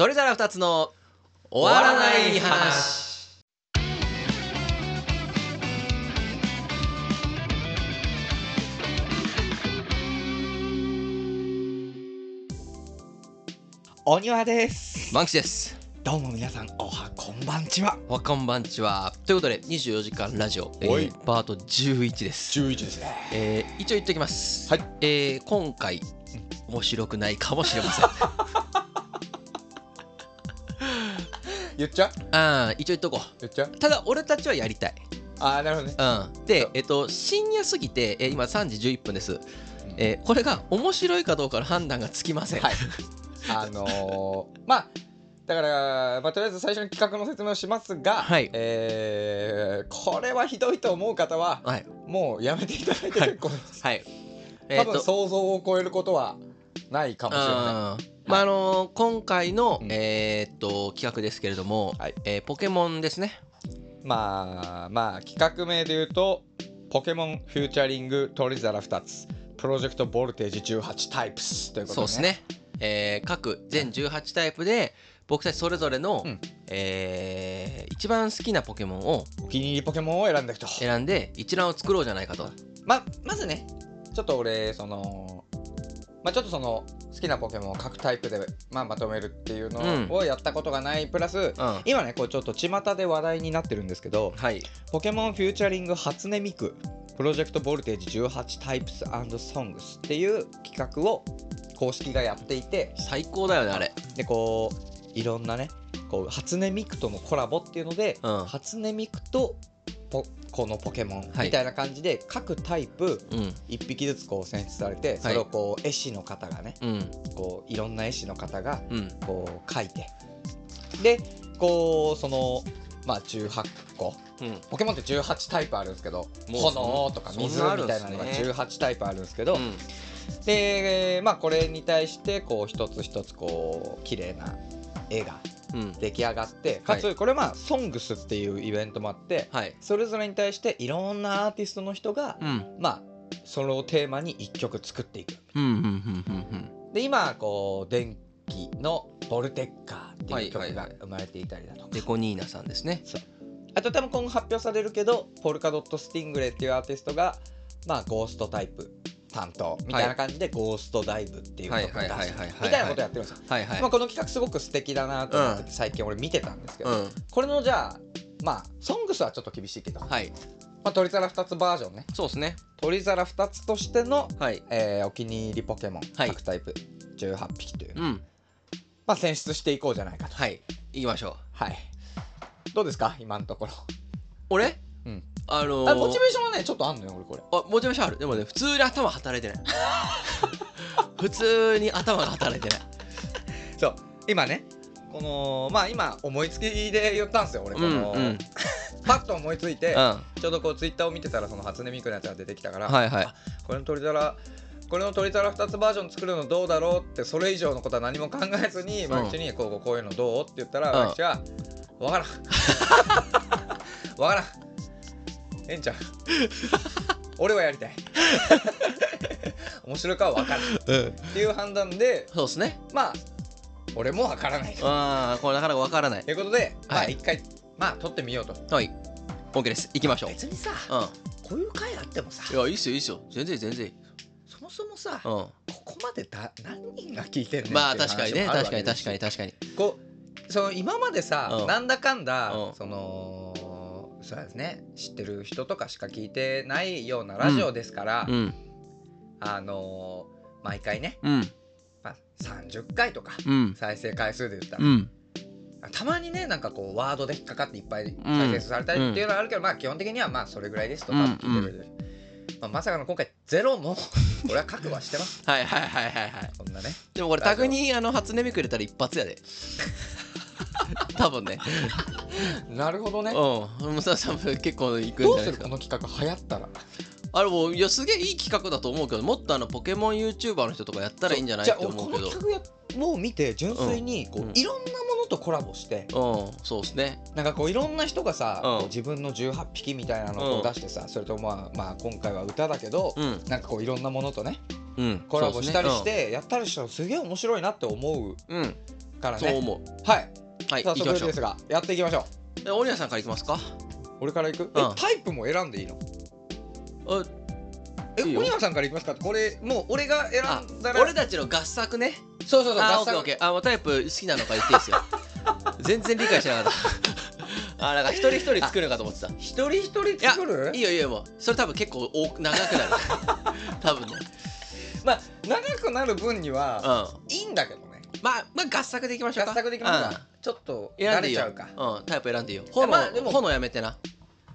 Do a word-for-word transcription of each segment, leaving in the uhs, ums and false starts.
鳥皿二つの終わらない話。 お庭です。 マンキです。 どうも皆さん、おはこんばんちは。 おはこんばんちは。ということでにじゅうよじかんラジオ、えー、パートじゅういちです。 じゅういちですね。 えー、一応言っておきます。 はい。 えー、今回面白くないかもしれません。 言っちゃう？ ああ、一応言っとこう。 言っちゃう？ ただ俺たちはやりたい。 ああ、なるほどね。 うん。で、えっと深夜すぎて、えー、今さんじじゅういっぷんです。えー、これが面白いかどうかの判断がつきません。 はい。あのー、まあだから、まあ、とりあえず最初に企画の説明をしますが、 はい、 えー、これはひどいと思う方は、はい、もうやめていただいて結構です。はい。はい、多分想像を超えることはないかもしれない。 まああのー、今回の、うん、えー、っと企画ですけれども、はい、えー、ポケモンですね。 まあまあ企画名で言うとポケモンフューチャリング鳥皿ふたつプロジェクトボルテージじゅうはちタイプスということでね。 そうですね。えー、各全じゅうはちタイプで僕たちそれぞれの、うん、えー、一番好きなポケモンをお気に入りポケモンを選んでいくと選んで一覧を作ろうじゃないかと。 ままずねちょっと俺そのまあちょっとその好きなポケモンを各タイプで、まあ、まとめるっていうのをやったことがないプラス、うん、今ねこうちょっと巷で話題になってるんですけど、はい、ポケモンフューチャリング初音ミクプロジェクトボルテージじゅうはちタイプス&ソングスっていう企画を公式がやっていて最高だよねあれでこういろんなねこう初音ミクとのコラボっていうので、うん、初音ミクとポこのポケモンみたいな感じで各タイプいっぴきずつこう選出されて、それをこう絵師の方がね、こういろんな絵師の方がこう描いて、でこうそのまあじゅうはちこ、ポケモンってじゅうはちタイプあるんですけど、炎とか水みたいなのがじゅうはちタイプあるんですけど、でまあこれに対してこう一つ一つこう綺麗な絵が出来上がって、うん、かつこれまあソングスっていうイベントもあって、はい、それぞれに対していろんなアーティストの人が、うん、まあそれをテーマにいっきょく作っていく。で今こう電気のボルテッカーっていう曲が生まれていたりだとか、 デコニーナさんですね。 そうあと多分今後発表されるけどポルカドットスティングレイっていうアーティストがまあゴーストタイプ担当みたいな感じでゴーストダイブっていうのを出してみたいなことやってるんですよ。まあこの企画すごく素敵だなと思ってて最近俺見てたんですけど、うん、これのじゃあまあソングスはちょっと厳しいけど、はい、まあ鳥皿ふたつバージョンね。 そうですね。 鳥皿ふたつとしての、はい、えー、お気に入りポケモン、はい、各タイプじゅうはっぴきという、うん、まあ選出していこうじゃないかと。 はい、いきましょう。 はい。どうですか今のところ。 俺？うん。あのー、 あモチベーションはねちょっとあんのよ俺これ。 あモチベーションある。でもね普通に頭働いてない普通に頭が働いてないそう今ねこのまあ今思いつきで言ったんですよ俺この、うんうん、パッと思いついて、うん、ちょうどこうツイッターを見てたらその初音ミクのやつが出てきたから、はいはい、これの鳥皿これの鳥皿ふたつバージョン作るのどうだろうってそれ以上のことは何も考えずにマキチにこうこうこういうのどうって言ったらマキチは分からん分からんええんちゃう俺はやりたい面白いかは分からん、うん、っていう判断でそうですねまあ俺も分からないああこれなかなか分からないということで、はい、まあ一回まあ撮ってみようと。 はい OK です。行きましょう。 別にさ、うん、こういう回あってもさいやいいっすよいいっすよ全然全然そもそもさ、うん、ここまでだ何人が聞いてんねんっていうまあ確かにね確かに確かに確かにこうその今までさ、うん、なんだかんだ、うん、そのそうですね知ってる人とかしか聞いてないようなラジオですから、うん、あのー、毎回ね、うんまあ、さんじゅっかいとか、うん、再生回数で言ったら、うん、たまにねなんかこうワードで引っかかっていっぱい再生されたりっていうのはあるけど、うん、まあ基本的にはまあそれぐらいですとか聞いてる、うんうんまあ、まさかの今回ゼロも俺は覚悟はしてますはいはいはいはいはいこんなねでもこれタグにあの初音ミク入れたら一発やで多分ねなるほどねうんムサさん結構いくんじゃないですか。 どうするこの企画流行ったらあれもういやすげえいい企画だと思うけどもっとあのポケモン YouTuber の人とかやったらいいんじゃないって思うけどじゃあこの企画もう見て純粋にこう、うん、いろんなものとコラボして、 うん、そうですねなんかこういろんな人がさ、うん、自分のじゅうはっぴきみたいなのを出してさ、うん、それとまあまあ今回は歌だけど、うん、なんかこういろんなものとね、うん、コラボしたりして、ねうん、やったりしたらすげえ面白いなって思うからね。 そう思う。 はいはい、 早行きましょう。 速ですがやっていきましょえ、オニアさんからいきますか。 う。俺からいく、 うんえタイプも選んでいいの？ あ、 えいいよオニアさんからいきますか。これもう俺が選あんだら俺たちの合作ね。 そうそうそうあ、 合作オッケーオッケー。あ、もうタイプ好きなのから言っていいですよ。全然理解してなかった。あ、なんか一人一人作るのかと思ってた。 一人一人作る？ いいよいいよ、もうそれ多分結構多く長くなる。多分ね。 まあ長くなる分にうん。 はいいんだけどね。 まあまあ合作でいきましょうか。 合作でいきますうんか。ちょっと選んでいいよ。 慣れちゃうか。 うん、タイプ選んでいいよ。炎、 まあでも炎やめてな。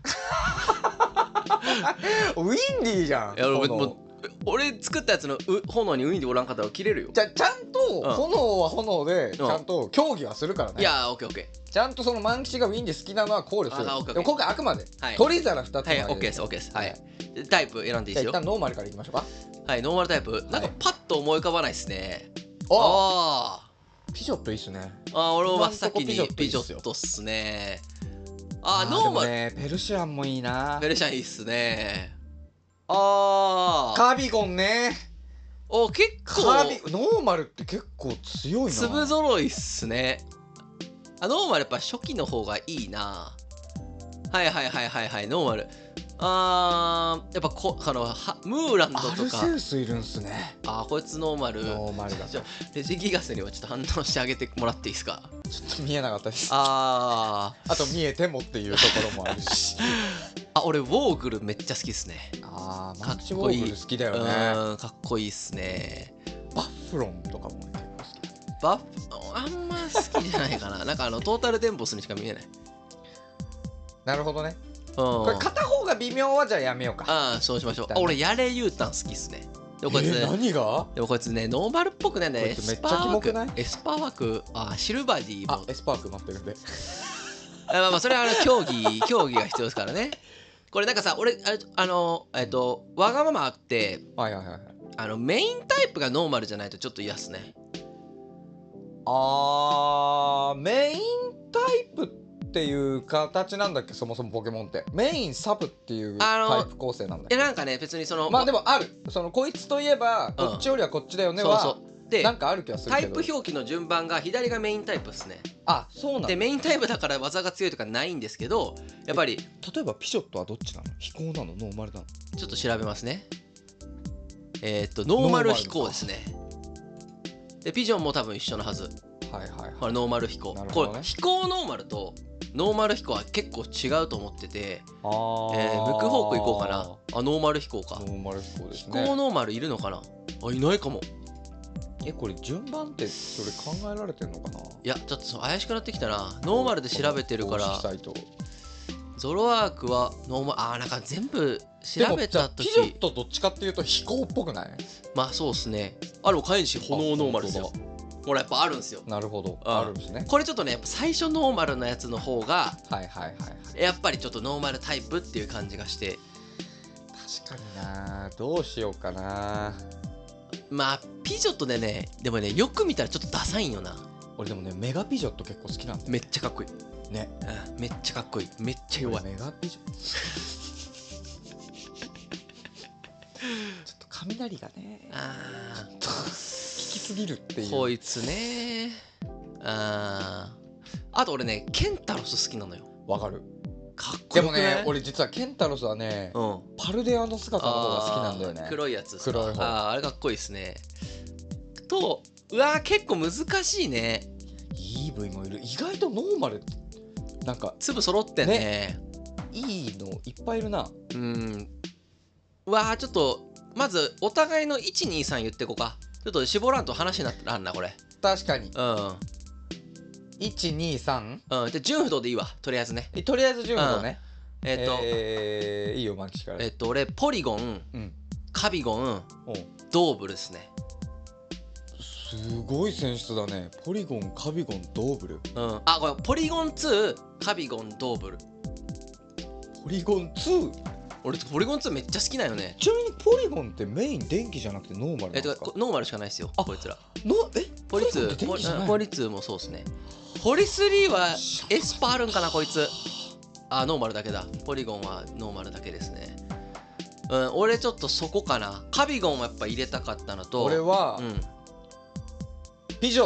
ウィンディーじゃん。 いや俺炎もう俺作ったやつのう炎にウィンでおらんかったら切れるよ。 じゃあちゃんとうん炎は炎でちゃんと協議はするからね。 いやー、オッケーオッケちゃんとその万吉がウィンで好きなのは考慮する。 あオッケーオッケーでも今回あくまではい取り皿ふたつー。はい、 までオッケーですオッケーです。はい。でタイプ選んでいいですよ。 じゃあ一旦ノーマルからいきましょうか。 はい、ノーマルタイプ。なんかパッと思い浮かばないですね。 ああピジョットいいっすね。 ーあー、俺も真っ先に今んとこピジョピジョットいいっすよットっすね。あー、 ーノーマル。 でもねペルシアンもいいな。 ペルシャンいいっすね。あー。 カビゴンね。 お、結カ構ビノーマルって結構強いな。 粒揃いっすね。あ、ノーマルやっぱ初期の方がいいな。はいはいはいはいはい、ノーマル。あー、やっぱこあのはムーランドアとか。 ルセウスいるんすね。 あー、こいつノーマル。 ノーマルだ。 じゃあレジギガスにはちょっと反応してあげてもらっていいですか。 ちょっと見えなかったです。 あー。 あと見えてもっていうところもあるし。 あ、俺ウォーグルめっちゃ好きっすね。 ああ、 かっマッチウこいいォーグル好きだうよね。 ーん、かっこいいっすね。 バッフロンとかも結構好き。 バフあんま好きじゃないかな。なんかあのトータルテンボスにしか見えない。 なるほどね。 うん。 これ片方が微妙はじゃあやめようか。 ああ、そうしましょう。 だねあ、俺やれユータン好きっすね。でもこいつ、 えー何が？ でもこいつね、ノーマルっぽくね、 こいエつめっちゃスパー枠キモくない？ エスパー枠、あ、シルバディも。 あエスパーク待ってるんで。 あまあまあそれはあの競技競技が必要ですからね。これなんかさ、俺あれあのえっとわがままあってはいはいはいはい。 あのメインタイプがノーマルじゃないとちょっと嫌っすね。 あーメインタイプっていう形なんだっけ、そもそもポケモンってメインサブっていうあのタイプ構成なんだっけ。 えなんかね別にそのまあでもある、そのこいつといえばこっちよりはこっちだよねは、 そうそうでなんかある気がするタけど。 イプ表記の順番が左がメインタイプっすね。 あそうなんだ。 でメインタイプだから技が強いとかないんですけど、やっぱり例えばピショットはどっちなの？飛行なの？ノーマルなの？ ちょっと調べますね。えーっとノーマル飛行ですね。でピジョンも多分一緒のはず。 はいはいはい。 これノーマル飛行、 なるほどねこれ飛行ノーマルとノーマル飛行は結構違うと思ってて、 あーえー、ムクホーク行こうかな。あノーマル飛行か。 ノーマル飛行です飛ね。 行ノーマルいるのかな。あいないかも。 えこれ順番ってそれ考えられてんのかな。 いやちょっとそう怪しくなってきたな。ノーマルで調べてるから公式サイトゾロアークはノーマル、あーなんか全部調べた時ピジョットどっちかっていうと飛行っぽくない？ まあそうっすね。あでも飼い主炎ノーマルですよ。ほらやっぱあるんですよ。 なるほど、 うんあるんですね。 これちょっとねやっぱ最初ノーマルのやつの方がはいはいはいはい。 やっぱりちょっとノーマルタイプっていう感じがして、 確かにな。どうしようかな。 まあピジョットでね、でもねよく見たらちょっとダサいんよな。 俺でもねメガピジョット結構好きなんだよめっちゃかっこいいね。 うん、めっちゃかっこいい。めっちゃ弱い。 メガピジョットちょっと雷がねあ効きすぎるっていう。 ーこいつね。あーあと俺ねケンタロス好きなのよ。 わかる。 かっこでもよくない？ ね俺実はケンタロスはね、 うん、 パルデアの姿の方が好きなんだよね。 あー黒いやつですか。 黒い方あーあれかっこいいですね。とうわー結構難しいね。 イーブイ もいる。意外とノーマルなんか粒揃ってんね。 いいのいっぱいいるな。 うんうわーちょっとまずお互いのいちにさん言ってこうか。ちょっと絞らんと話になってらんなこれ。 確かにうんいちにさんうんで純不動でいいわとりあえずね。 とりあえず順番ね。 えっ、と、 えーいいよマキシから。 えっ、と俺ポリゴン、 うんカビゴン、 おうドーブルですね。 すごい選出だね。ポリゴンカビゴンドーブル。 うんあこれポリゴンツーカビゴンドーブル。 ポリゴンツー。 俺ポリゴンツーめっちゃ好きなんよね。 ちなみにポリゴンってメイン電気じゃなくてノーマルなんえっとですか？ ノーマルしかないですよあこいつら。 のえポリツポリゴンって電ー気じゃないポリツーもそうですね。ポリスリーはエスパーあるんかなこいつ。あノーマルだけだ。ポリゴンはノーマルだけですね。うん俺ちょっとそこかな。カビゴンはやっぱ入れたかったのと俺は、 うんピジョッ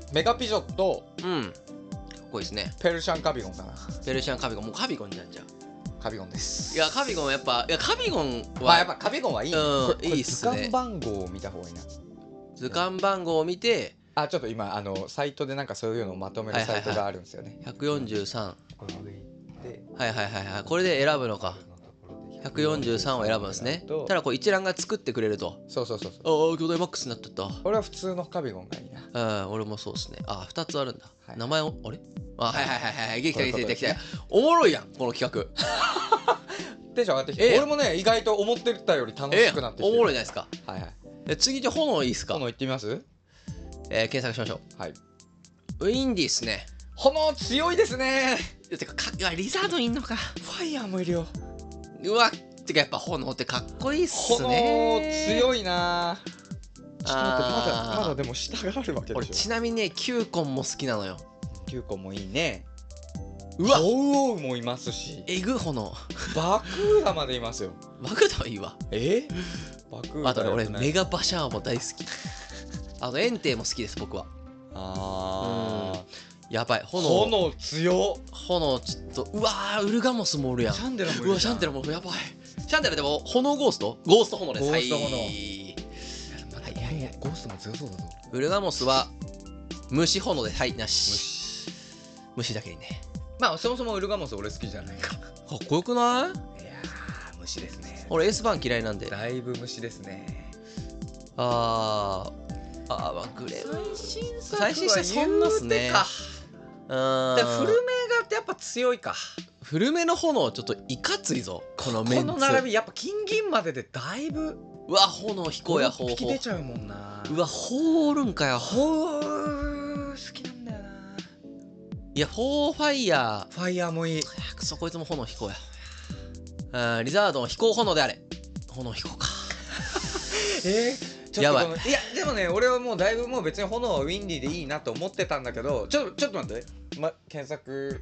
メガピジョット、 うんかっこいいですね。 ペルシャンカビゴンだな。 ペルシャンカビゴン、もうカビゴンじゃんじゃん。 カビゴンです。 いやカビゴンやっぱ、いやカビゴンは、 まあやっぱカビゴンはいい、 うんいいっすね。 図鑑番号を見た方がいいな。 図鑑番号を見て、 あちょっと今あのサイトでなんかそういうのをまとめるサイトがあるんですよね。 ひゃくよんじゅうさん、 これ上行ってはいはいはいはい、これで選ぶのか。ひゃくよんじゅうさんを選ぶんですね。ただこう一覧が作ってくれると。 そうそうそうそう。 ああ巨大マックスになってった。 俺は普通のカビゴンがいいな。 うん俺もそうですね。あふたつあるんだ、 はい、 名前をあれあはいはいはいはいできたできたできた。おもろいやんこの企画。 テンション上がってきて、えー、俺もね意外と思ってたより楽しくなってきて、 えー、おもろいじゃないですか。 はいはい。 え次じゃ炎いいっすか。 炎いってみます。 えー、検索しましょう。はい。 ウィンディーっすね。 炎強いですね。 てかかリザードいんのか。 ファイヤーもいるよ。 うわてかやっぱ炎ってかっこいいっすね。 炎強いな。ちょっと待ってまだまだでも下があるわけでしょ。 俺ちなみにねキューコンも好きなのよ。 キューコンもいいね。 うわオウオウもいますし、 えぐ炎バクーダまでいますよ。 バクーダはいいわ。 えバクーダ。 あとね俺メガバシャーも大好き。あとエンテイも好きです僕は。 ああやばい炎炎強っ。 炎ちょっとうわーウルガモスもおるやん。 シャンデラもいる。 うわシャンデラもやばい。シャンデラでも炎ゴーストゴースト炎です。 ゴースト炎。 はいはいはい。 ゴーストも強そうだぞ。 ウルガモスは虫炎ではいなし。虫だけにね。 まあそもそもウルガモス俺好きじゃないか。かっこよくない？ いやー虫ですね。 俺エースバーン嫌いなんで。 だいぶ虫ですね。 あーあーまあグレ最新作最新作そんなっすね。 うん。古めがやっぱ強いか。 古めの炎ちょっといかついぞこのメンツ。 この並びやっぱ金銀まででだいぶ。 うわ炎飛行やほうほう出ちゃうもんな。 うわほうおるんかよ。 ほう好きなんだよな。 いやフォーファイヤーファイヤーもいい。 くそこいつも炎飛行や。あリザードン飛行炎であれ。炎飛行か。 えー、ちょっとやばい。いやでもね俺はもうだいぶもう別に炎はウィンディーでいいなと思ってたんだけど、ちょっとちょっと待って、ま、検索。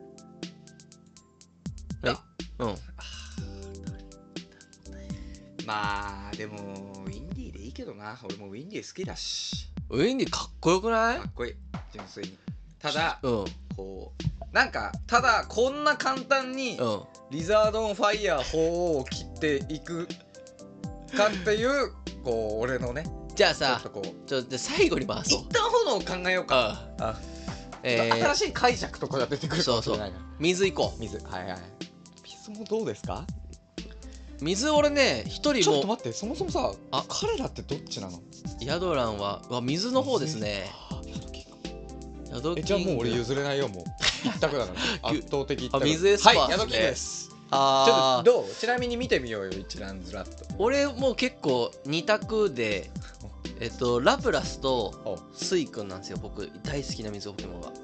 はいうんまあでもウィンディーでいいけどな。俺もウィンディー好きだし。 ウィンディーかっこよくない？ かっこいい純粋に。ただ、うん、こうなんかただこんな簡単にリザードンファイヤー鳳凰を切っていくかっていうこう俺のね。 じゃあさちょっとこうちょっと最後に回そう。 一旦炎を考えようか。ああ、えー、新しい解釈とかが出てくるかもしれないな。 そうそう水いこう。 水はいはい。水もどうですか？ 水俺ね一人も。 ちょっと待ってそもそもさあ彼らってどっちなの？ ヤドランはわ水の方ですね。 ヤドキング。えじゃあもう俺譲れないよもう一択だから圧倒的一択。 あ水エスパーはいヤドキングです。あちょっとどうちなみに見てみようよ一覧ずらっと。 俺もう結構二択でえっとラプラスとスイくんなんですよ僕大好きな水ポケモンが。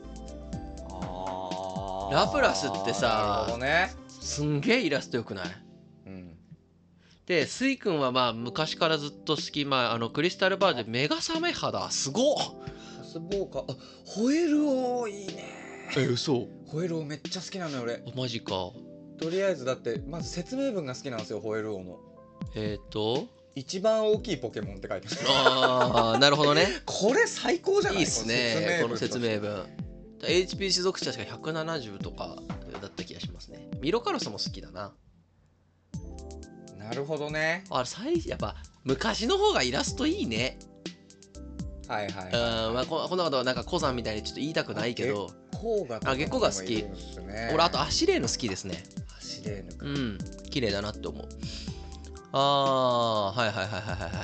あラプラスってさ、なるほどね、すんげえイラストよくない？うんでスイくんはまあ昔からずっと好き、まあ、あのクリスタルバージョンメガサメ肌すごっ。 スボーカあホエルオいいね。 え嘘？ ホエルオめっちゃ好きなのよ俺。 マジか。 とりあえずだってまず説明文が好きなんですよホエルオの。 えっ、ー、と一番大きいポケモンって書いてある。 ああなるほどね。 これ最高じゃない？ いいっすねこの説明文。エイチピー 種族者しかひゃくななじゅうとかだった気がしますね。ミロカロスも好きだな。 なるほどね。 あれやっぱ昔の方がイラストいいね。 はいはい、はい、 うんまあこんなことはなんかコザンみたいにちょっと言いたくないけど。あ月光が好き。俺あとアシレーヌ好きですね。 アシレーヌか。 うん綺麗だなって思う。ああはいはいはいはいはいはい。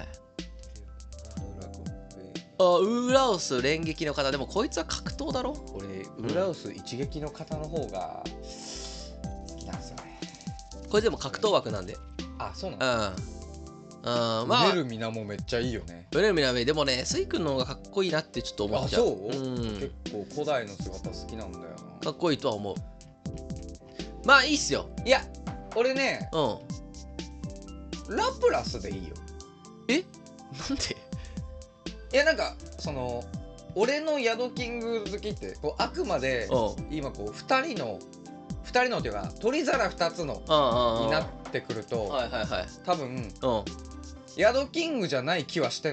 あウーラオス連撃の方でもこいつは格闘だろ。 俺ウーラオス一撃の方の方が好きなんですよね。 これでも格闘枠なんで。 あそうなんだ。 うんうんまあウネルミナもめっちゃいいよね。 ウネルミナでもねスイ君の方がかっこいいなってちょっと思っちゃう。 あそう、うん、結構古代の姿好きなんだよな。 かっこいいとは思う。まあいいっすよ。 いや俺ねうんラプラスでいいよ。 えなんで？ いやなんかその俺のヤドキング好きってこうあくまで今こうふたりのふたりのっていうか取り皿ふたつのになってくると多分ヤドキングじゃない気はしてんのよ。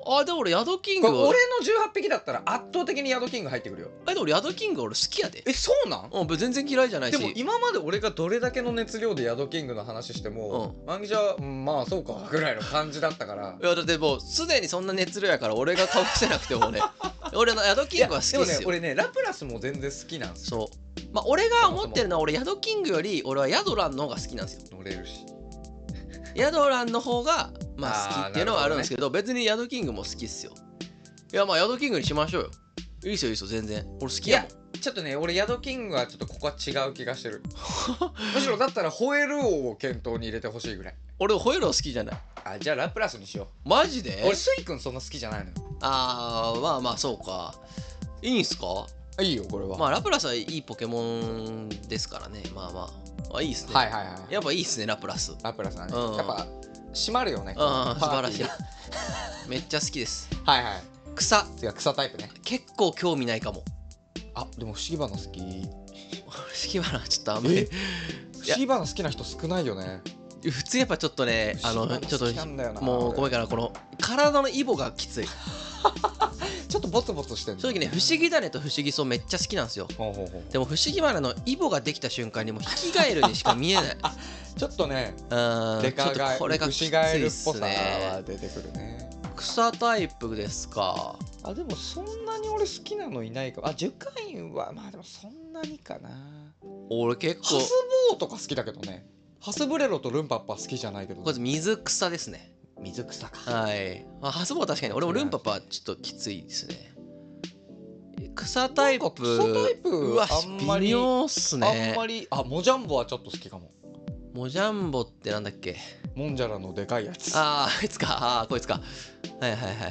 あでも俺ヤドキング俺のじゅうはっぴきだったら圧倒的にヤドキング入ってくるよ。 えでも俺ヤドキング俺好きやで。 えそうなん？ うん全然嫌いじゃないし。 でも今まで俺がどれだけの熱量でヤドキングの話しても、マンギじゃ、うん、まあそうかぐらいの感じだったから。 いやだってもうすでにそんな熱量やから俺がかぶせなくてもね俺のヤドキングは好きですよ。 でもね俺ねラプラスも全然好きなんですよ。そうまあ俺が思ってるのは俺ヤドキングより俺はヤドランの方が好きなんですよ。 乗れるしヤドランの方がまあ好きっていうのはあるんですけど、別にヤドキングも好きっすよ。いやまあヤドキングにしましょうよ。いいっすよいいっすよ全然。俺好きやもん。 いやちょっとね俺ヤドキングはちょっとここは違う気がしてるむしろだったらホエール王を検討に入れてほしいぐらい。 俺ホエール王好きじゃない。 あじゃあラプラスにしよう。マジで？ 俺スイ君そんな好きじゃないのよ。 あーまあまあそうか。いいんすか？ いいよこれは。 まあラプラスはいいポケモンですからね。まあまああいいっすね。 はいはいはい。 やっぱいいっすねラプラス。 ラプラスはね、 うん、 やっぱ締まるよね。 うん素晴らしいめっちゃ好きです。 はいはい。 草。 違う草タイプね。 結構興味ないかも。 あでも不思議花好き。不思議花ちょっとあんまり不思議花好きな人少ないよね。 普通やっぱちょっとねあのちょっともうごめんからこの体のイボがきついちょっとボツボツしてる。 正直ね不思議種と不思議草めっちゃ好きなんですよ。ほうほうほう。でも不思議花のイボができた瞬間にもうヒキガエルにしか見えないちょっとねうんデカガエルこれがきついっすね。 ガエルっぽさは出てくるね。 草タイプですか。 あでもそんなに俺好きなのいないか。あ樹海はまあでもそんなにかな。 俺結構ハスボウとか好きだけどね。ハスブレロとルンパッパ好きじゃないけど、ね、 これ水草ですね。 水草か。 はい、まあ、ハスボウは確かに俺もルンパッパはちょっときついですね。草タイプ草タイプうわ微妙っすね。 あんまりあモジャンボはちょっと好きかも。 モジャンボってなんだっけ。 モンジャラのでかいやつ。 あああいつか。ああこいつか。はいはいはいはいはいはい。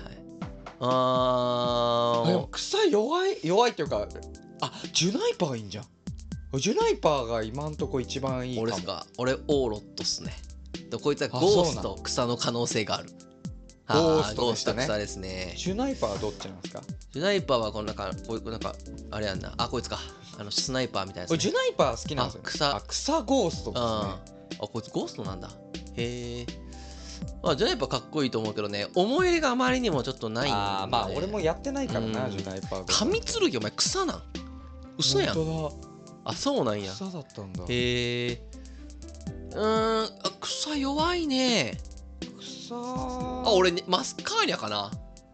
ああでも草弱い弱いっていうかあジュナイパーいいんじゃん。ジュナイパーが今んとこ一番いいかも。 俺っすか。俺オーロットっすね。こいつはゴースト草の可能性がある。 ゴーストゴースト草ですね。 ジュナイパーはどっちなんですか。 ジュナイパーはこんなかこういうなんかあれやんな。あこいつか。あのスナイパーみたいなやつ、ね。 ジュナイパー好きなんですよ、ね。 草あ草ゴーストですね。 あこいつゴーストなんだ。へえ。まあジュナイパーかっこいいと思うけどね、思い入れがあまりにもちょっとないんで、ね。 ああまあ俺もやってないからな、うん、ジュナイパー。 神剣お前草なん。嘘やん。 本当だ。 あそうなんや。 草だったんだ。 へえ。うーんあ草弱いね。 草あ俺、ね、マスカーニャかな。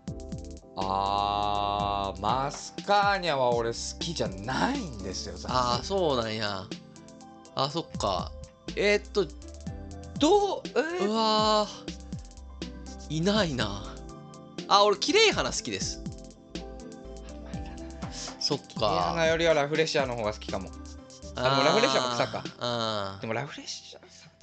あーマスカーニャは俺好きじゃないんですよ。 ああそうなんや。あそっか。えー、っとどう、 えー、うわーいないなあ。俺綺麗花好きです。そっか。綺麗花よりはラフレシアの方が好きかも。あでもラフレシアも草か。あでもラフレシア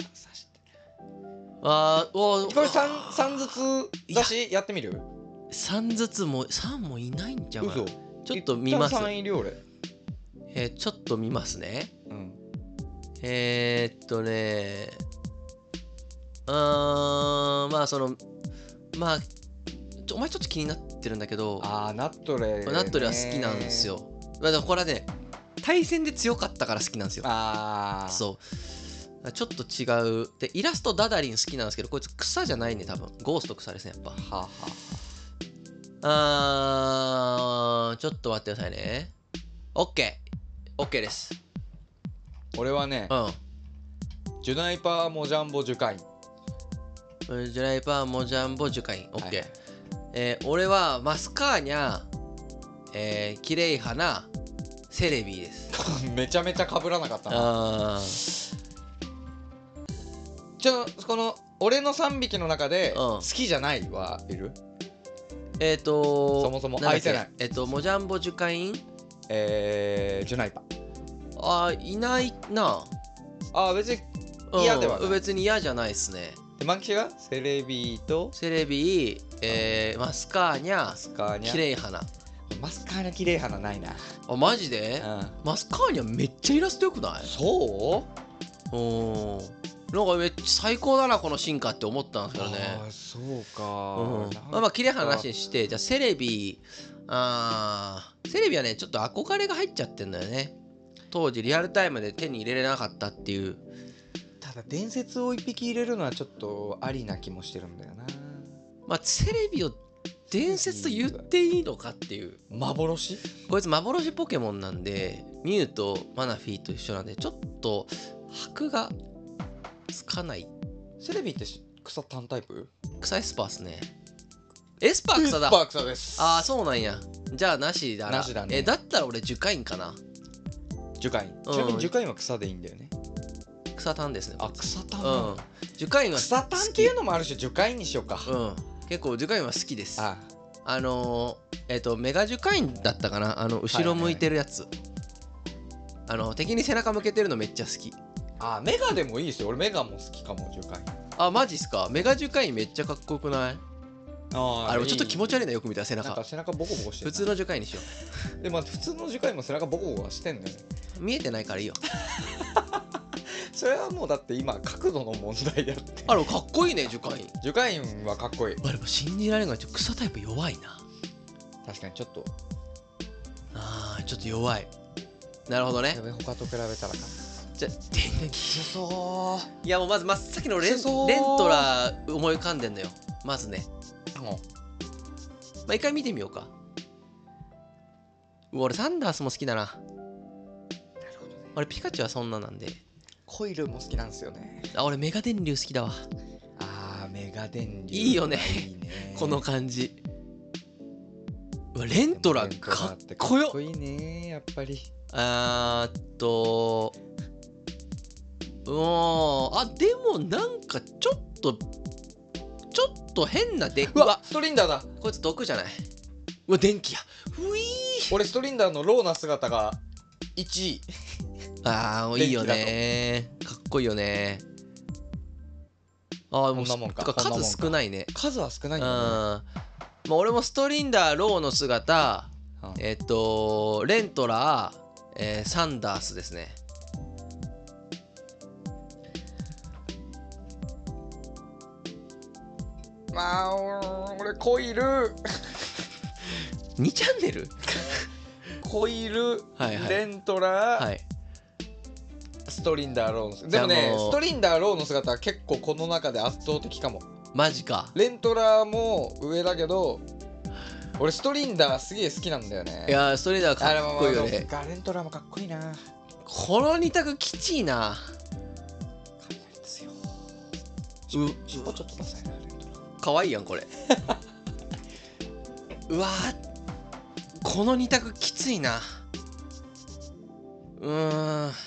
あーおこれ 3, 3ずつ出しやってみる。 さんずつもさんもいないんじゃん。 嘘。 ちょっと見ます。 さんいるよ俺。 えー、ちょっと見ますね。 うん。 えー、っとねうーんまあそのまあちょお前ちょっと気になってるんだけど。 ああナットレ、 ナットレは好きなんですよ。だからこれはね対戦で強かったから好きなんですよ。 ああそうちょっと違うでイラストダダリン好きなんですけどこいつ草じゃないね多分ゴースト草ですねやっぱ。はあ、はあ、あーちょっと待ってくださいね。 OK OK です。 俺はね、うん、ジュナイパーモジャンボジュカイン。 ジュナイパーモジャンボジュカイン OK、はいえー、俺はマスカーニャえー、キレイ花セレビーですめちゃめちゃ被らなかったな。あちょこの俺のさんびきの中で好きじゃないはいる。 えっ、ー、とそもそも愛せない。 えっ、ー、とモジャンボジュカインえー、ジュナイパあいないなあ別に嫌ではない、 うん、別に嫌じゃないっすね。 でマンキシがセレビーとセレビー、えー、マスカーニャマスカーニャキレイ花。 マスカーニャキレイ花ないなあマジで、うん、マスカーニャめっちゃイラストよくない。 そうおなんかめっちゃ最高だなこの進化って思ったんですけどね。 ああそうか、 うん、まあまあキレイ花なしにしてじゃあセレビーあーセレビはねちょっと憧れが入っちゃってんだよね。当時リアルタイムで手に入れれなかったっていう。 ただ伝説を一匹入れるのはちょっとありな気もしてるんだよな。 まあセレビを伝説と言っていいのかっていう。 幻？ こいつ幻ポケモンなんで、ミュウとマナフィーと一緒なんで、ちょっと箔がつかない。 セレビって草単タイプ？ 草エスパーっすね。エスパー草だ。 エスパー草です。 ああ、そうなんや。じゃあなしだな。 なしだね。 え、だったら俺樹海院かな。 樹海院。ちなみに樹海院は草でいいんだよね。 草単ですね。 あ、草単。 うん。樹海院は草単っていうのもあるし、樹海院にしようか。 うん。結構樹海院は好きです。 ああ、あのー、えっとメガ樹海院だったかな。あの後ろ向いてるやつ。あの敵に背中向けてるのめっちゃ好き。 あ、メガでもいいですよ。俺メガも好きかも、樹海院。 あ、マジっすか。メガ樹海院めっちゃかっこよくない？ ああれちょっと気持ち悪いな、よく見たら背中。 なんか背中ボコボコしてる。 普通の樹海にしよう。でも普通の樹海も背中ボコボコはしてんだよね。 見えてないからいいよ。 それはもうだって今角度の問題であって。 あれかっこいいね、樹海院。 樹海院はかっこいい。 あれも信じられないが草タイプ弱いな。 確かにちょっと。 ああ、ちょっと弱い。なるほどね。 他と比べたらか。 じゃあ電気そう。 いやもうまず真っ先のレンレントラ思い浮かんでんのよ。まずね。まあ一回見てみようか。うわ、俺サンダースも好きだな。なるほどね。俺ピカチュウはそんななんで。 コイルも好きなんですよね。 あ、俺メガ電流好きだわ。 あー、メガ電流いいよね。いいねこの感じ。うわ、レントラかっこよ。かっこいいね、やっぱり。 あーっとうーん、あ、でもなんかちょっとちょっと変なで、 うわ、ストリンダーだ。 こいつ毒じゃない。うわ、電気や。ういー。 俺ストリンダーのローな姿がいちい。 ああ、いいよね。かっこいいよね。ああ、もう数少ないね。 数は少ないんだね。 まあ俺もストリンダーローの姿、えっとレントラー、えー、サンダースですね。 まあ俺コイルにチャンネルコイル、 はいはい、 レントラー、はい、ストリンダーローのでもねストリンダーローの姿は結構この中で圧倒的かも。 マジか。 レントラーも上だけど俺ストリンダーすげえ好きなんだよね。 いやストリンダーかっこいいよね。 レントラーもかっこいいな。 このに択きちいな。 雷強い。尻尾ちょっとダサいな。 かわいいやんこれ。うわー、このに択きついな。うーん、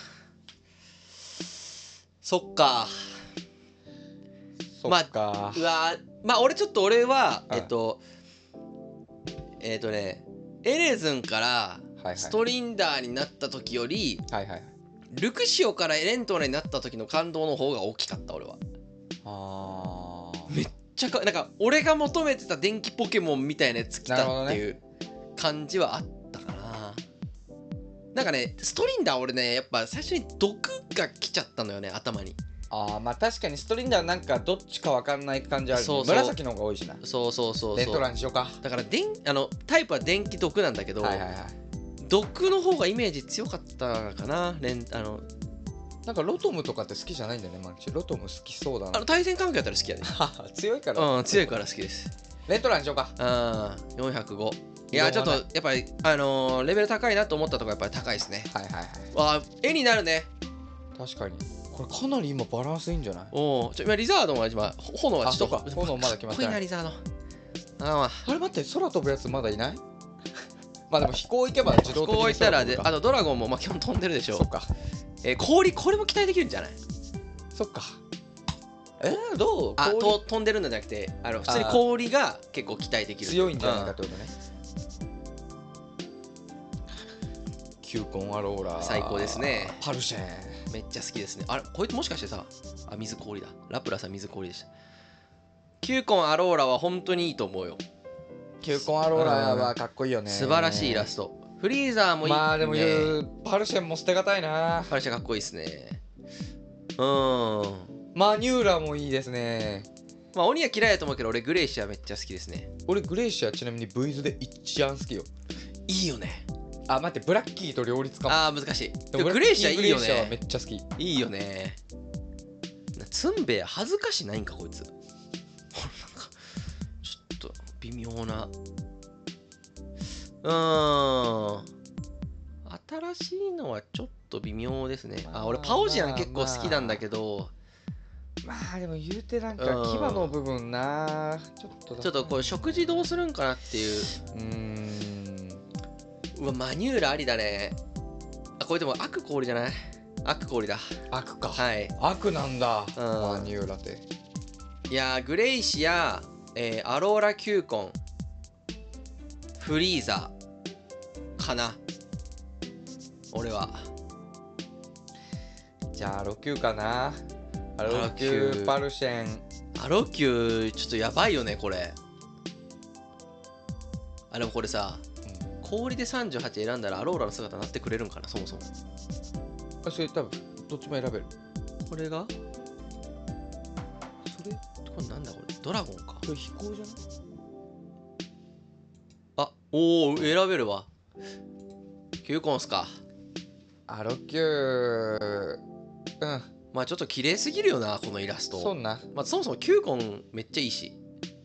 そっか。 そっか。 まあ、うわまあ俺ちょっと俺はえっとえっとねエレズンからストリンダーになった時より、はいはい、ルクシオからエレントラになった時の感動の方が大きかった俺は。あめっちゃかなんか俺が求めてた電気ポケモンみたいなやつ来たっていう感じはあったかな。なんかねストリンダー俺ねやっぱ最初に毒が来ちゃったのよね頭に。 ああまあ確かにストリンダーなんかどっちか分かんない感じある、ね、そうそう紫の方が多いしな。 そうそうそうそうレントラにしようか。 だから電あのタイプは電気毒なんだけど、はいはいはい、毒の方がイメージ強かったかな。レンあのなんかロトムとかって好きじゃないんだよね。マンチロトム好きそうだな。 あの対戦関係だったら好きやで。 強いから。 うん強いから好きです。 レントラにしようか。 うんよんひゃくご。いやちょっとやっぱりあのー、レベル高いなと思ったとこやっぱり高いですね。はいはいはい。わ絵になるね。 確かにこれかなり今バランスいいんじゃない？ おお、ちょ今リザードンは今炎はちょっと炎まだ決まってない。 かっこいいなリザードン。ああれ待って空飛ぶやつまだいない？まあでも飛行行けば自動的に飛行行ったらであとドラゴンもまあ基本飛んでるでしょ。 そっか。 えー、氷これも期待できるんじゃない？ そっか。えー、どう？ あと飛んでるんじゃなくてあの普通に氷が結構期待できる。 強いんじゃないかってことね。キューコンアローラ最高ですね。 パルシェンめっちゃ好きですね。あれこいつもしかしてさあ水氷だ。ラプラスは水氷でした。キューコンアローラは本当にいいと思うよ。 キューコンアローラはかっこいいよね。 素晴らしいイラスト。フリーザーもいい、ね、 まあでも言うパルシェンも捨てがたいな。 パルシェンかっこいいですね。うんマニューラもいいですね。 まあ鬼は嫌いだと思うけど俺グレイシアめっちゃ好きですね。 俺グレイシアちなみに V ズで一番好きよ。 いいよね。 あ待ってブラッキーと両立かも。 あー難しい。でもグレイシアいいよね。グレイシアはめっちゃ好き。 いいよね。ツンベイ恥ずかしないんかこいつ。なんかちょっと微妙な。うーん。新しいのはちょっと微妙ですね。あ、俺パオジアン結構好きなんだけど。 まあでも言うてなんか牙の部分な、ちょっとちょっとこれ食事どうするんかなっていう。うーん。うわ、マニューラありだね。あ、これでも悪氷じゃない？悪氷だ。 悪か。 はい。 悪なんだ。うん、マニューラって。 いやー、グレイシア、えー、アローラキューコン、フリーザかな。俺は。 じゃあアロキューかな。アロキューパルシェン。 アロキューちょっとやばいよねこれ。あ、でもこれさ、うん、氷でさんじゅうはち選んだらアローラの姿になってくれるんかな、そもそも。 あ、それ多分どっちも選べる。 これがそれこれなんだこれ、ドラゴンか。 これ飛行じゃない？ あ、おお、選べるわ。キューコンスか。 アロキュー、うん。 まあちょっと綺麗すぎるよなこのイラスト。 そんな。 まあそもそもキューコンめっちゃいいし。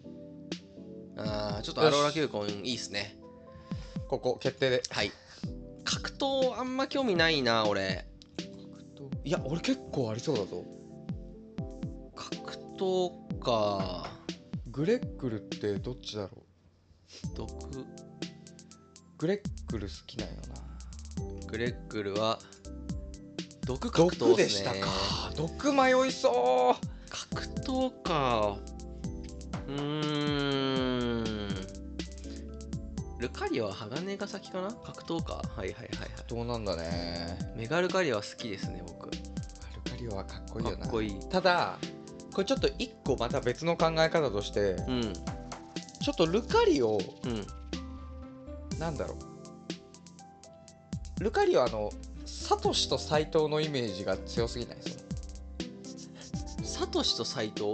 あー、ちょっとアローラキューコンいいっすね。 ここ決定で。 はい。格闘あんま興味ないな俺。 格闘、いや俺結構ありそうだぞ。 格闘か。 グレッグルってどっちだろう。 毒。 グレッグル好きなんよな。 グレッグルは毒格闘でしたか。毒迷いそう。 格闘か。うーん。ルカリオは鋼が先かな。格闘か。はいはいはいはい。 格闘なんだね。 メガルカリオは好きですね僕。 ルカリオはかっこいいよな。 かっこいい。 ただこれちょっと一個また別の考え方として、うん、ちょっとルカリオ、うん、なんだろう。ルカリオあのサトシと斎藤のイメージが強すぎない？ サトシと斎藤？うん。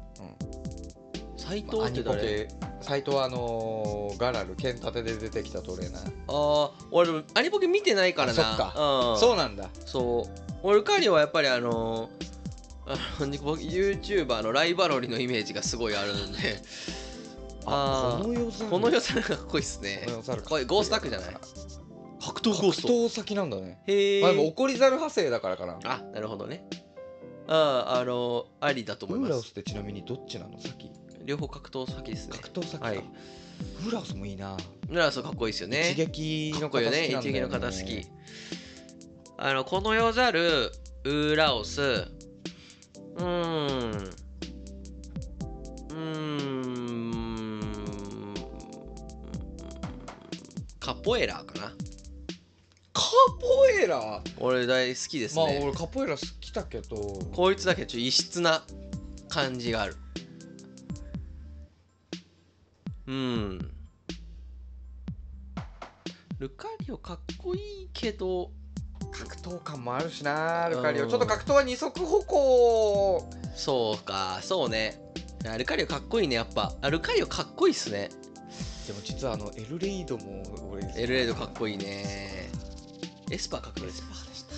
斎藤って誰？ 斎藤はあのー、ガラル剣立てで出てきたトレーナー。 ああ、俺アニポケ見てないからな。 そっか、うん、そうなんだ。 そう俺ルカリオはやっぱりあのー、あの YouTuber のライバロリのイメージがすごいあるんでああ、この夜猿、 この夜猿かっこいいっすね。これゴーストタックじゃない？格闘ゴースト。 格闘先なんだね。 へえ。 まあでも怒り猿派生だからかな。 あ、なるほどね。ああ、あのー、ありだと思います。 ウーラオスってちなみにどっちなの？先？ 両方格闘先ですね。 格闘先か。はい、ウーラオスもいいな。 ウーラオスかっこいいですよね。 一撃の方好きなんだよね。一撃の方好き。あのこの夜猿、ウーラオス、うーん、うーん、カポエラーかな。 カポエラー？ 俺大好きですね。 まあ俺カポエラ好きだけど、 こいつだけちょっと異質な感じがある。うん。ルカリオかっこいいけど格闘感もあるしな。ルカリオちょっと格闘は二足歩行。 そうか、そうね。ルカリオかっこいいねやっぱ。ルカリオかっこいいっすね。 でも実はあのエルレイドも俺エルレイドかっこいいね。エスパーかっこいい。エスパーでした。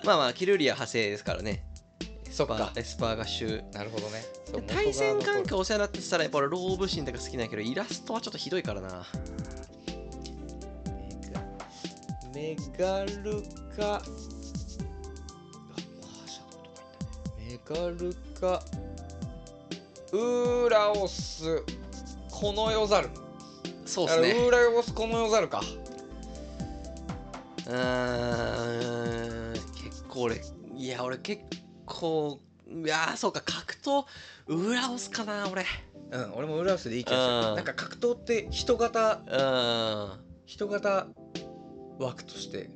まあまあキルリア派生ですからね。 そっか、 エスパーが主。 なるほどね。 対戦関係お世話になってたらやっぱ俺ローブシーンとか好きなんやけどイラストはちょっとひどいからな。 メガルカ、メガルカ、ウーラオス、この夜猿。 そうっすね。 ウーラオス、この夜猿か。 うーん、結構俺、いや俺結構、いやそうか、格闘、ウーラオスかな俺。 うん、俺もウーラオスでいい気がする。なんか格闘って人型、うん、人型枠として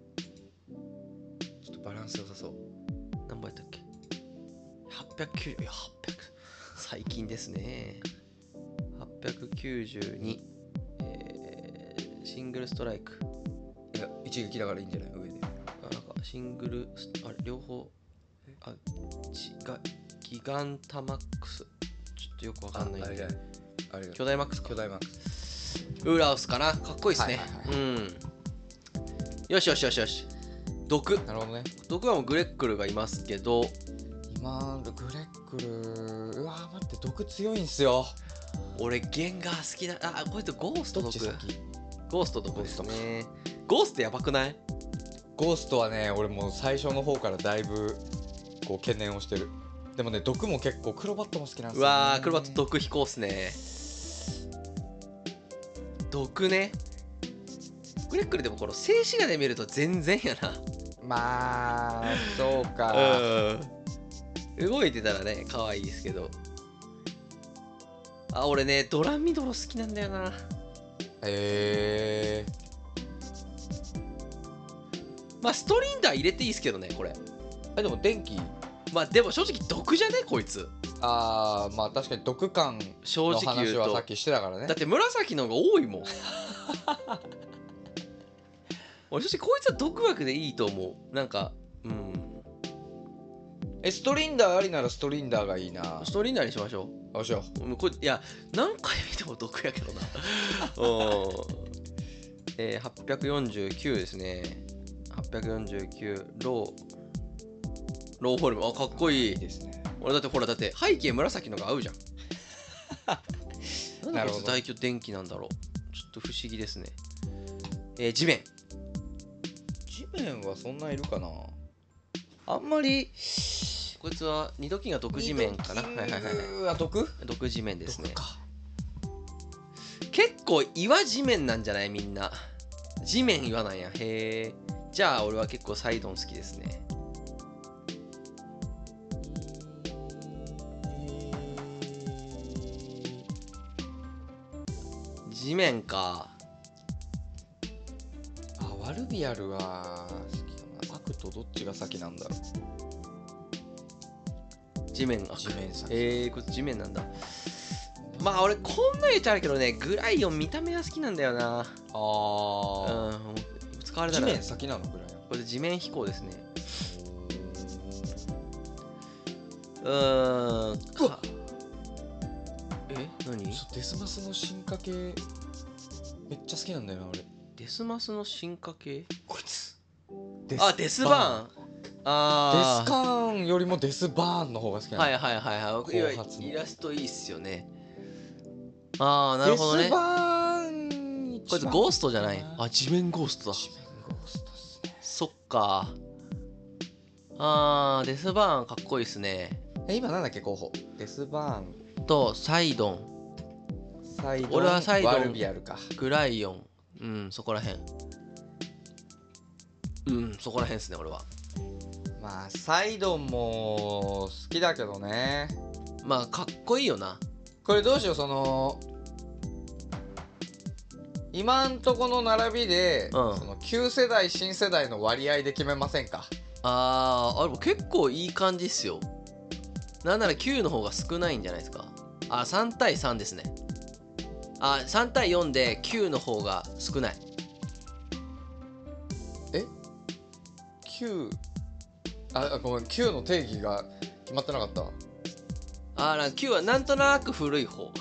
ちょっとバランス良さそう。 何倍やったっけ？はっぴゃくきゅうじゅう、いやはっぴゃく最近ですね。はっぴゃくきゅうじゅうに、えー、シングルストライク。 いや一撃だからいいんじゃない？上であ、なんかシングルあれ両方、あちがギガンタマックス、ちょっとよくわかんないんで、あれ巨大マックスか。 巨大マックスウーラオスかな。かっこいいですね。うん。よしよしよしよし。毒。 なるほどね。 毒はもうグレッグルがいますけど、 今グレッグル、うわー待って、毒強いんすよ。 俺ゲンガー好きなあこれとゴースト毒ゴースト毒ですね。ゴーストやばくない？ ゴーストはね俺もう最初の方からだいぶこう懸念をしてる。でもね毒も結構クロバットも好きなんですよ、ね、 うわークロバット毒飛行っすね。毒ねグレックルでもこの静止画で見ると全然やな。 まあそうかうん動いてたらね可愛いですけど。あ俺ねドラミドロ好きなんだよな。 へえまあストリンダー入れていいですけどねこれ。 えでも電気まあでも正直毒じゃねこいつ。 あーまあ確かに毒感の話はさっきしてたからね。 だって紫の方が多いもん俺正直こいつは毒枠でいいと思う。なんかうんえストリンダーありならストリンダーがいいな。 ストリンダーにしましょう。 よいしょ。 これいや何回見ても毒やけどなうんえー、はっぴゃくよんじゅうきゅうですね。はっぴゃくよんじゅうきゅうローローフォルム。あかっこいいですね。俺だってほらだって背景紫のが合うじゃんなんでこいつ大巨電気なんだろう。ちょっと不思議ですね。えー、地面地面はそんないるかな。あんまりこいつは二度金が毒地面かな。はいはいはいはい。毒毒地面ですね。結構岩地面なんじゃないみんな。地面岩なんや。へえ。じゃあ俺は結構サイドン好きですね。地面か。 あワルビアルは好きかな。アクとどっちが先なんだろう。地面が地面先。 えー、こいつ地面なんだ。まあ俺こんな言っちゃうけどねグライオン見た目は好きなんだよな。ああうん使われたら地面先なのグライオン。 これ地面飛行ですね。うーんかえ何デスマスの進化系めっちゃ好きなんだよな俺。 デスマスの進化系こいつあデスバーン。 あデスカーンよりもデスバーンの方が好きなの。 はいはいはいはいイラストいいっすよね。ああなるほどね。 デスバーンこいつゴーストじゃない。あ地面ゴーストだ。 地面ゴーストっすね。 そっか。あーデスバーンかっこいいっすね。 え今なんだっけ候補。デスバーンとサイドン。 サイドン俺はサイドンワルビアルかグライオンうんそこらへんうんそこらへんっすね俺は。 まあサイドンも好きだけどね。 まあかっこいいよな。 これどうしようその今んとこの並びで、うん、その旧世代新世代の割合で決めませんか。 あーあれ結構いい感じっすよ。なんならきゅうの方が少ないんじゃないですか。あさん対さんですね。あさん対よんできゅうの方が少ない。 えきゅうあごめんきゅうの定義が決まってなかった。 あーきゅうはなんとなく古い方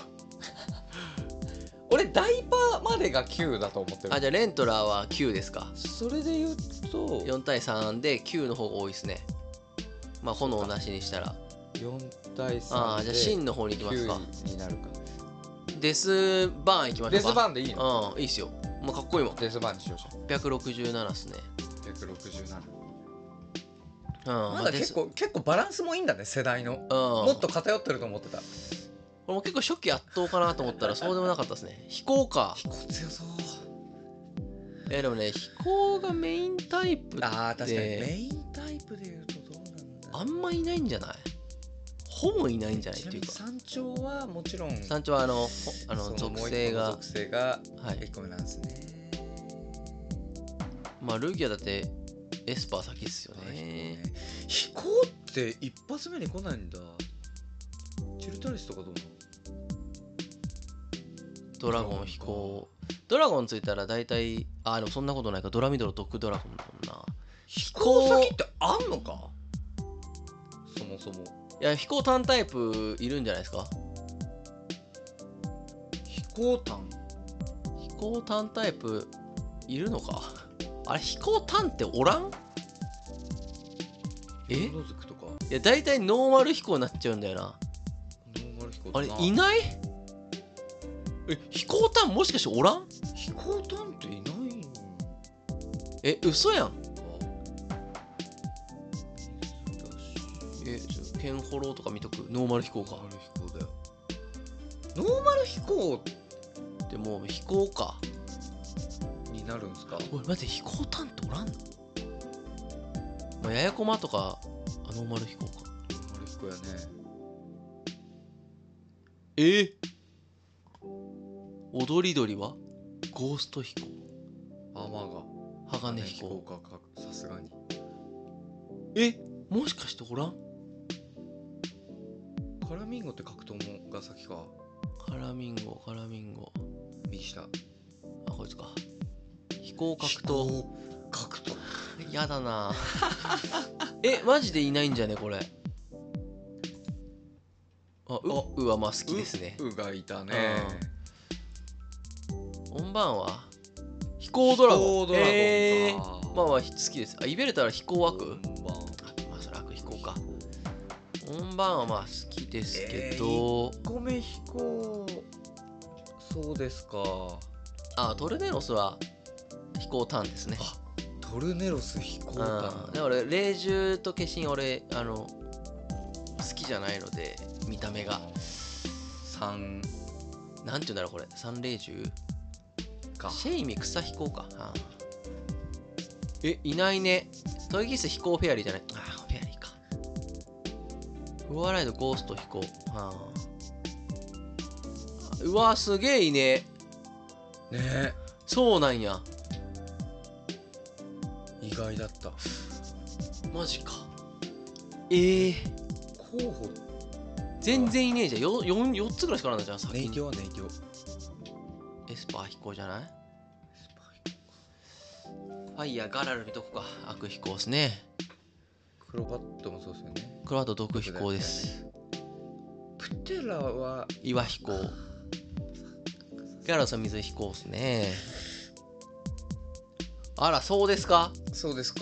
俺ダイパーまでがきゅうだと思ってる。 あじゃあレントラーはきゅうですか。 それで言うとよん対さんできゅうの方が多いですね。まあ炎なしにしたらよん対さんああじゃあ真の方に行きますか。 きゅうになるか。 デスバーン行きましょうか。 デスバーンでいいの。 うんいいっすよ。もうかっこいいもん。 デスバーンにしようじゃん。 ひゃくろくじゅうななっすね。 ひゃくろくじゅうなな。 うんまだ結構結構バランスもいいんだね世代の。うんもっと偏ってると思ってた。 これも結構初期圧倒かなと思ったらそうでもなかったですね。飛行か。 飛行強そう。 えでもね飛行がメインタイプってああ確かにメインタイプでいうとどうなんだ。 あんまいないんじゃない。ほぼいないんじゃないっていうか。 山頂はもちろん山頂はあのあの属性が属性がいっこめなんですね。 まあルギアだってエスパー先っすよね。 飛行って一発目に来ないんだ。チルタリスとかどうなの。 ドラゴン飛行ドラゴンついたら大体あでもそんなことないか。ドラミドロ毒ドラゴンだもんな。 飛行先ってあんのかそもそも。 いや飛行単タイプいるんじゃないですか。 飛行単飛行単タイプいるのか。あれ飛行単っておらん。えいや大体ノーマル飛行になっちゃうんだよな。 ノーマル飛行あれいないえ飛行タンもしかしておらん？ 飛行タンっていないんえ嘘やん。えケンホローとか見とく。ノーマル飛行か。 ノーマル飛行だよ。ノーマル飛行でも飛行かになるんですか？ おい待って飛行タンっておらんの？まあ、ややこまとかあノーマル飛行か。 ノーマル飛行やね。 えー、踊り鳥はゴースト飛行。 アマが鋼飛行かかさすがに。 えもしかしておらん？ カラミンゴって書くと思うが先か。 カラミンゴカラミンゴ右下。 あこいつか。飛行格闘格闘やだなえマジでいないんじゃねこれ。あううはまあ好きですね。 うがいたね。 音番は飛行ドラゴン。 飛行ドラゴンか、 えー、まあまあ好きです。あイベルタは飛行悪。 音番まあそれ悪飛行か。音番はまあ好きですけど、 えー、いっこめ飛行そうですか。 あトルネロスは飛行ターンですね。 あトルネロス飛行ターン。 で俺霊獣と化身俺あの好きじゃないので見た目が三なんていうんだろうこれ三霊獣か。 シェイミ草飛行か。あえいないね。トイギス飛行フェアリーじゃない。あフェアリーか。フォアライドゴースト飛行。はあ、うわすげえいいね。 ねえそうなんや。 意外だった。 マジか。えー、 候補全然いねえじゃん。 よ, よ, よっつぐらいしかなんだじゃん。 ネイティはネイティエスパー飛行じゃない？ファイヤーガラル見とこか。悪飛行ですね。 クロバットもそうですよね。 クロバット毒飛行です。 プテラは岩飛行。ギャラスは水飛行ですね。あらそうですか。 そうですか。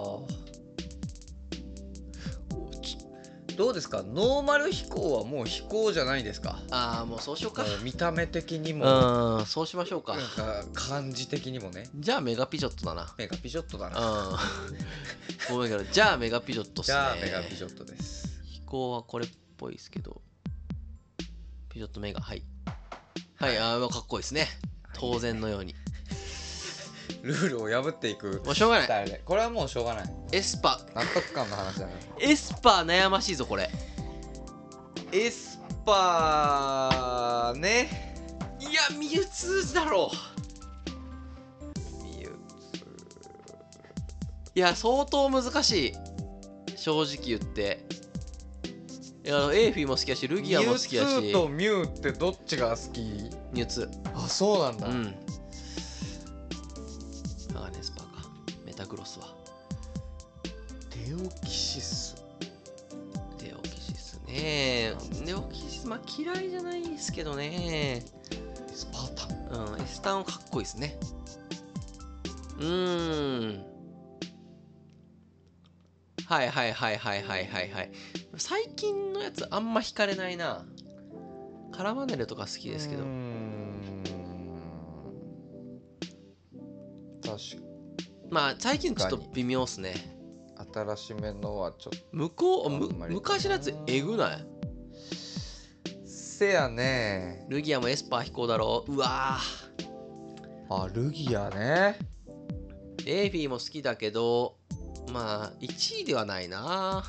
どうですか。ノーマル飛行はもう飛行じゃないですか。 ああもうそうしようか。 見た目的にもうんそうしましょうか。 なんか感じ的にもね。 じゃあメガピジョットだな。 メガピジョットだな。 うんごめんけどじゃあメガピジョットっすね。 じゃあメガピジョットです。 飛行はこれっぽいですけどピジョットメガはいはい、ああかっこいいですね。当然のようにルールを破っていく。 もうしょうがない。 これはもうしょうがない。 エスパ納得感の話だね。 エスパー悩ましいぞこれ。 エスパーね。 いやミュウツーだろう。 ミュウツーいや相当難しい正直言って。いやエーフィーも好きだしルギアも好きだし。 ミュウツーとミュウってどっちが好き？ ミュウツー。あそうなんだ。 うんアガネスパーか。メタグロスはデオキシス。 デオキシスね。デオキシスまあ嫌いじゃないですけどね。 スパータン。 うんエスタンかっこいいですね。うーんはいはいはいはいはいはいはい。最近のやつあんま惹かれないな。カラマネルとか好きですけど。うーん確かまあ最近ちょっと微妙っすね。 新しめのはちょっと向こうむ昔のやつえぐない？ せやね。 ルギアもエスパー飛行だろう。うわあルギアね。 エーフィーも好きだけどまあいちいではないな。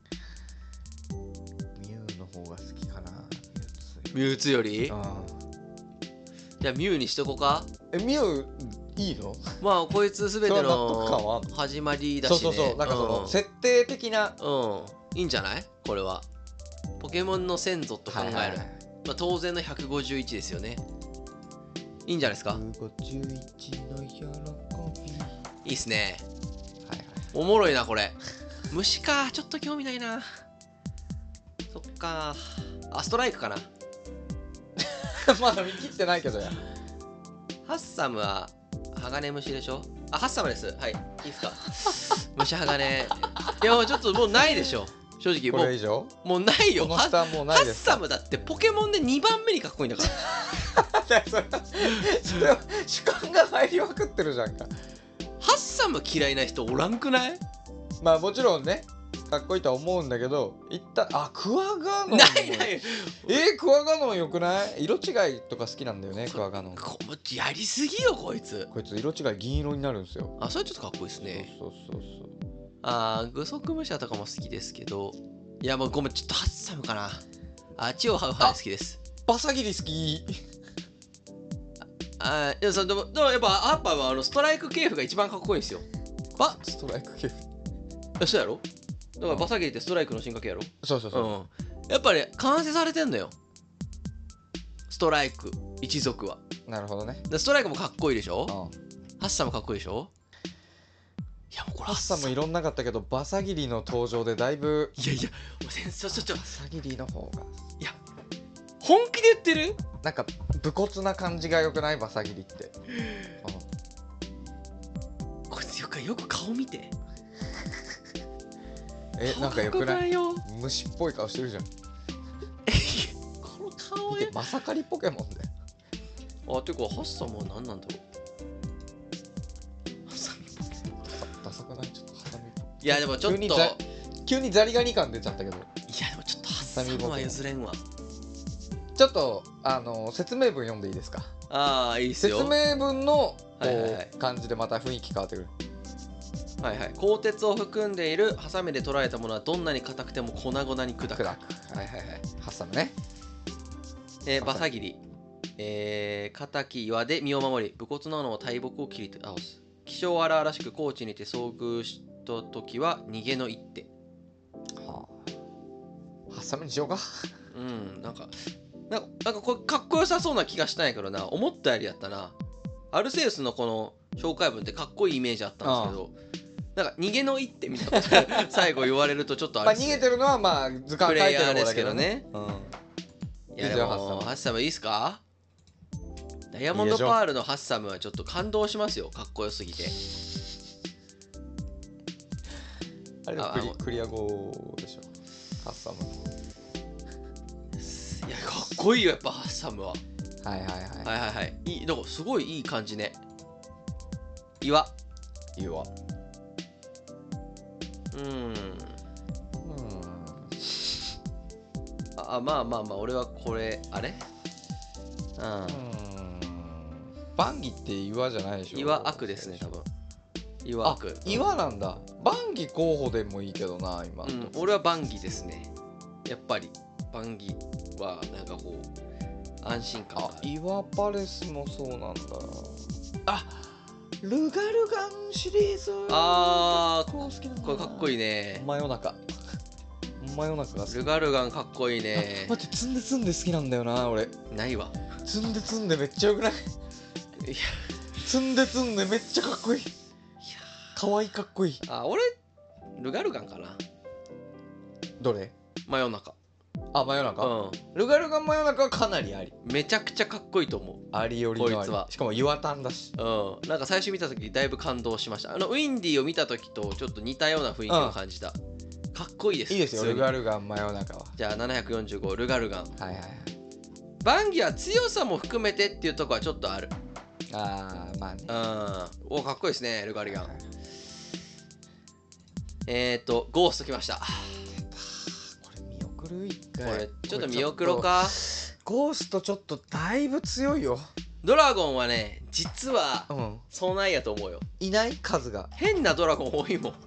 ミュウの方が好きかな。 ミュウツーより？ あじゃあミュウにしとこうか。 えミュウいいの？ まあこいつすべての始まりだしね。 そうそうそうなんかその、うん、設定的なうんいいんじゃないこれは。ポケモンの先祖と考える、はいはいはい、まあ、当然のひゃくごじゅういちですよね。いいんじゃないですか。ひゃくごじゅういちの喜びいいっすね、はいはい、おもろいなこれ。虫かちょっと興味ないな。そっかあストライクかなまだ見切ってないけどや。 ハッサムは鋼虫でしょ。あハッサムです。はいいいっすか虫鋼。いやちょっともうないでしょ正直。 これ以上もうないよ。 この下もうないですか。 ハッサムだってポケモンでにばんめにかっこいいんだからそれそれは主観が入りまくってるじゃんか。 ハッサム嫌いな人おらんくない？ まあもちろんねかっこいいとは思うんだけど、いったあクワガノンないない。 えー、クワガノンよくない？色違いとか好きなんだよねクワガノン。 こやりすぎよこいつ。 こいつ色違い銀色になるんですよ。 あ、それちょっとかっこいいですね。 そうそうそうそう。 あー、グソクムシャとかも好きですけど、いやもうごめん、ちょっとハッサムかな。あ、チオハウハウ好きです。 バサギリ好き。 あー、いやそでもでもやっぱハッパーはあのストライク系譜が一番かっこいいんですよ。 あ、ストライク系譜。 え、そうやろ？だからバサギリってストライクの進化系やろ？ そうそうそう。 うん。やっぱり完成されてんのよ。ストライク一族は。 なるほどね。 でストライクもかっこいいでしょ？ うん。 ハッサムかっこいいでしょ？いやもうこれハッサムいろんなかったけどバサギリの登場でだいぶ。 いやいや、もう先生ちょっとバサギリの方が。 いや本気で言ってる？ なんか武骨な感じがよくない？バサギリって。 うん、こいつよくよく顔見て。 え、なんかよくない？ よ虫っぽい顔してるじゃん。この顔見てマサカリポケモンで。 あ、てかハッサムは何なんだろう。ハサミポケモンダサくない？ちょっとハサミポケモン。 いやでもちょっと急に急にザリガニ感出ちゃったけど。いやでもちょっとハッサムは譲れんわ。 ちょっとあの説明文読んでいいですか？ ああ、いいっすよ。 説明文のこう、 はいはいはい、 感じでまた雰囲気変わってくる。 はいはい。鋼鉄を含んでいるハサミで捉えたものはどんなに硬くても粉々に砕く。砕く。はいはいはい。 ハサムね。 えー、バサギリ。えー、敵岩で身を守り、武骨なのを大木を切り倒す。気性荒々しく高地にて遭遇した時は逃げの一手。 はあ。ハサムにしようか。 うん、なんか。なんかなんかこれかっこよさそうな気がしたんやけどな、思ったよりやったな。アルセウスのこの紹介文ってかっこいいイメージあったんですけど、なんか逃げの一手みたいな最後言われるとちょっとあれですね。 まあ逃げてるのはまあ図鑑書いてる方だけどね。 うん、いやでもハッサムいいっすか？ダイヤモンドパールのハッサムはちょっと感動しますよ、かっこよすぎて。 あれはクリ、クリア後でしょ、ハッサム。 いやかっこいいよやっぱハッサムは。 はいはいはいはいはいはい。いい、だからすごいいい感じね。岩。 岩。 うん。うん。あ、まあまあまあ、俺はこれ、あれ？うん。うん。 バンギって岩じゃないでしょ。 岩悪ですね、多分。岩悪。 岩なんだ。バンギ候補でもいいけどな、今。 うん、俺はバンギですね。やっぱり、バンギはなんかこう、安心感がある。 岩パレスもそうなんだ。あ、ルガルガンシリーズ。 あー、これかっこいいね。 真夜中。真夜中がルガルガンかっこいいね。 待って、積んで積んで好きなんだよな、俺。 ないわ。 積んで積んでめっちゃよくない？いや、積んで積んでめっちゃかっこいい。いや、かわいいかっこいい。 あ、俺、ルガルガンかな。 どれ？ 真夜中。 あ、真夜中？ うん。 ルガルガン真夜中はかなりあり。 めちゃくちゃかっこいいと思う。 ありよりのあり。 こいつは。 しかも岩炭だし。 うん。なんか最初見た時だいぶ感動しました。あのウィンディーを見た時とちょっと似たような雰囲気を感じた。うん、かっこいいです。 いいですよ、ルガルガン真夜中は。 じゃあななひゃくよんじゅうご、ルガルガン。 はいはいはい。 バンギは強さも含めてっていうところはちょっとある。 あー、まあね。 うん。お、かっこいいですね、ルガルガン。はいはい、えっ、ー、と、ゴーストきました。 見送る一回。 これちょっと見送ろうか。 ゴーストちょっとだいぶ強いよ。 ドラゴンはね、実はそうないやと思うよ。 いない数が。 変なドラゴン多いもん。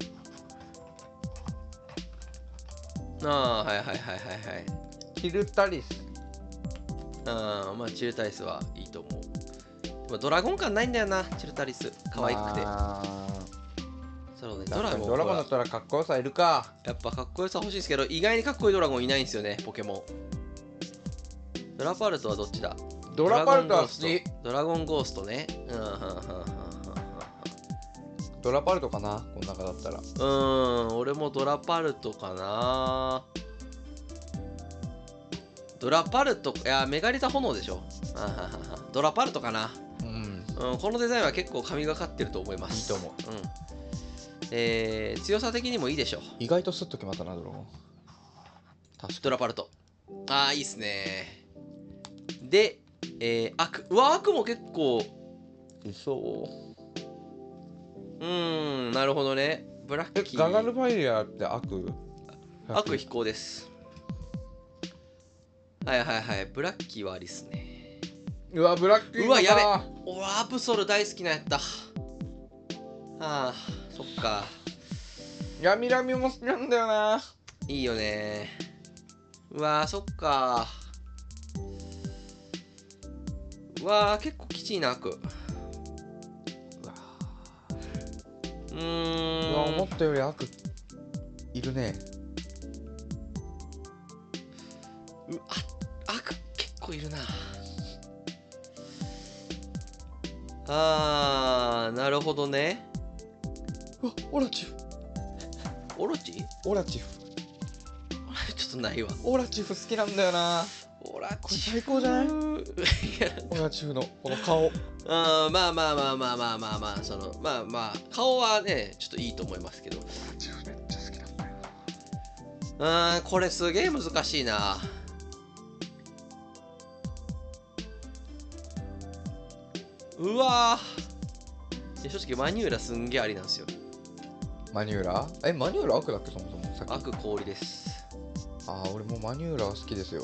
ああ、はいはいはいはいはい。 チルタリス。 ああ、まあチルタリスはいいと思う。でもドラゴン感ないんだよな、チルタリス。可愛くて。そうね、ドラゴン。 ドラゴンだったらかっこよさいるか。 やっぱかっこよさ欲しいですけど、意外にかっこいいドラゴンいないんですよね、ポケモン。ドラパルトはどっちだ？ ドラパルトは好き。 ドラゴンゴーストね。うん、はんはんはんはん。 ドラパルトかな、この中だったら。 うーん、俺もドラパルトかな。ドラパルト、いや、メガリタ炎でしょ。あはははドラパルトかな。うん、うん。このデザインは結構神がかってると思います。 いいと思う。 うん。えー、強さ的にもいいでしょ。 意外とスッと決まったな、ドラゴン。確かドラパルト。ああ、いいっすね。で、 えー、アクうわアクも結構いそう。 うーんなるほどね。ブラッキーガガルファイヤーってアクアク飛行です。はいはいはい。ブラッキーはありっすね。 うわブラッキーうわやべおわアブソル大好きなやった。はあそっか。 ヤミラミも好きなんだよな。 いいよね。うわそっか。うわ結構きちいなアク。うわうーんうわ思ったよりアクいるね。 うあアク結構いるな。あーなるほどね。 うわオラチフオロチオラチフちょっとないわ。 オラチフ好きなんだよな。 オラチフ最高じゃない？オラチフのこの顔。 あまあまあまあまあまあまあまあそのまあまあ顔はねちょっといいと思いますけど。オラチフめっちゃ好きなんだよ。あーこれすげえ難しいな。うわー正直マニューラすんげえありなんですよ。 マニューラえマニューラアクだっけそもそもさっき。 アク氷です。 ああ俺もマニューラ好きですよ。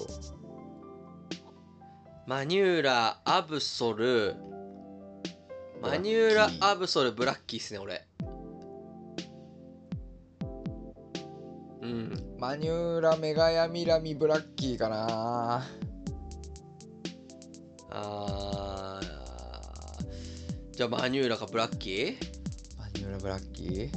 マニューラアブソルマニューラアブソルブラッキーっすね俺。うんマニューラメガヤミラミブラッキーかな。 あーじゃあマニューラかブラッキー。 マニューラブラッキー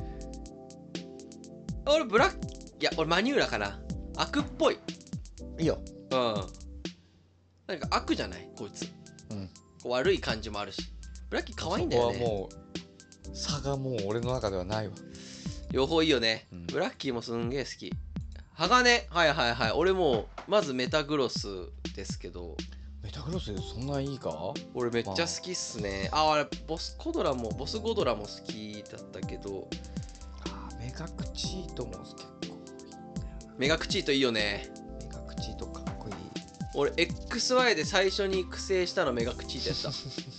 俺ブラッいや俺マニューラかな。悪っぽい。 いいよ。 うんなんか悪じゃないこいつ。うんこう悪い感じもあるしブラッキー可愛いんだよね。 そこはもう差がもう俺の中ではないわ。 両方いいよね、うん、ブラッキーもすんげえ好き。鋼はいはいはい俺もうまずメタグロスですけど。 メタグロスそんないいか。 俺めっちゃ好きっすね。ああれボスコドラもボスゴドラも好きだったけど。 あメガクチートも結構いいんだよな。 メガクチートいいよね。 メガクチートかっこいい。 俺 エックスワイ で最初に育成したのメガクチートや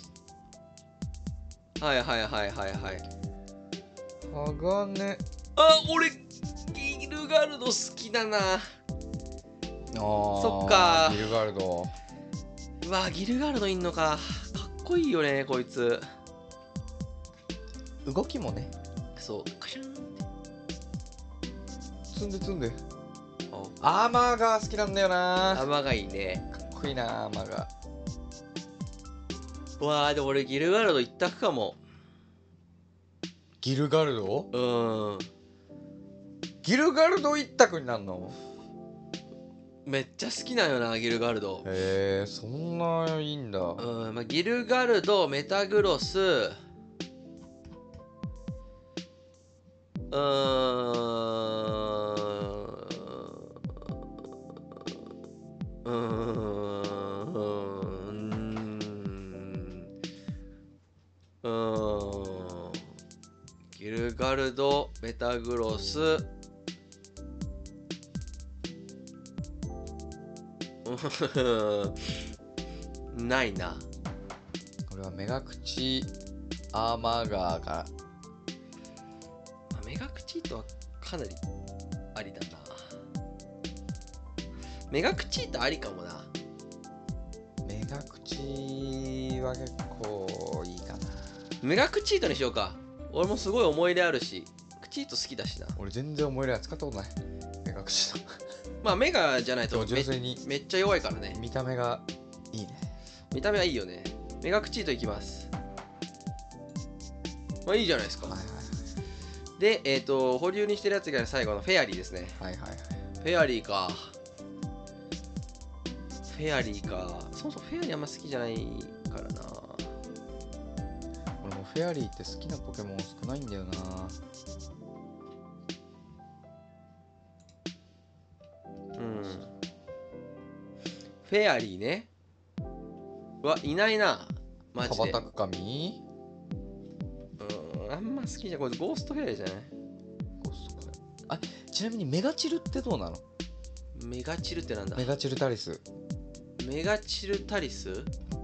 ったはいはいはいはいはい鋼あ俺ギルガルド好きだなあ。そっかギルガルド。 うわギルガルドいんのかかっこいいよねこいつ。 動きもねそうカシャンって積んで積んでアーマーが好きなんだよな。 アーマーがいいね。 かっこいいなアーマーが。 うわーでも俺ギルガルド一択かも。 ギルガルドうんギルガルド一択になるの。 めっちゃ好きなんよなギルガルド。 へえそんないいんだ。 うん、まあ、ギルガルドメタグロスうーんうーんうーんギルガルドメタグロスないな。 俺はメガクチアーマーガーがメガクチートはかなりありだな。メガクチートありかもな。 メガクチは結構いいかな。 メガクチートにしようか。俺もすごい思い出あるしクチート好きだしな。 俺全然思い出ない使ったことないメガクチートまあメガじゃないと純粋にめ, めっちゃ弱いからね。 見た目がいいね。 見た目はいいよね。メガクチートいきます。まあいいじゃないですか。はいはいはい、でえっ、ー、と保留にしてるやつが最後のフェアリーですね。 はいはいはい。 フェアリーか。フェアリーか。そもそもフェアリーあんま好きじゃないからな。 俺もフェアリーって好きなポケモン少ないんだよな。 うんフェアリーね。うわいないなマジで。 羽ばたく髪。 うんあんま好きじゃん。これゴーストフェアリーじゃない。 ゴーストフェアリー。あちなみにメガチルってどうなの。 メガチルってなんだ。 メガチルタリス。 メガチルタリス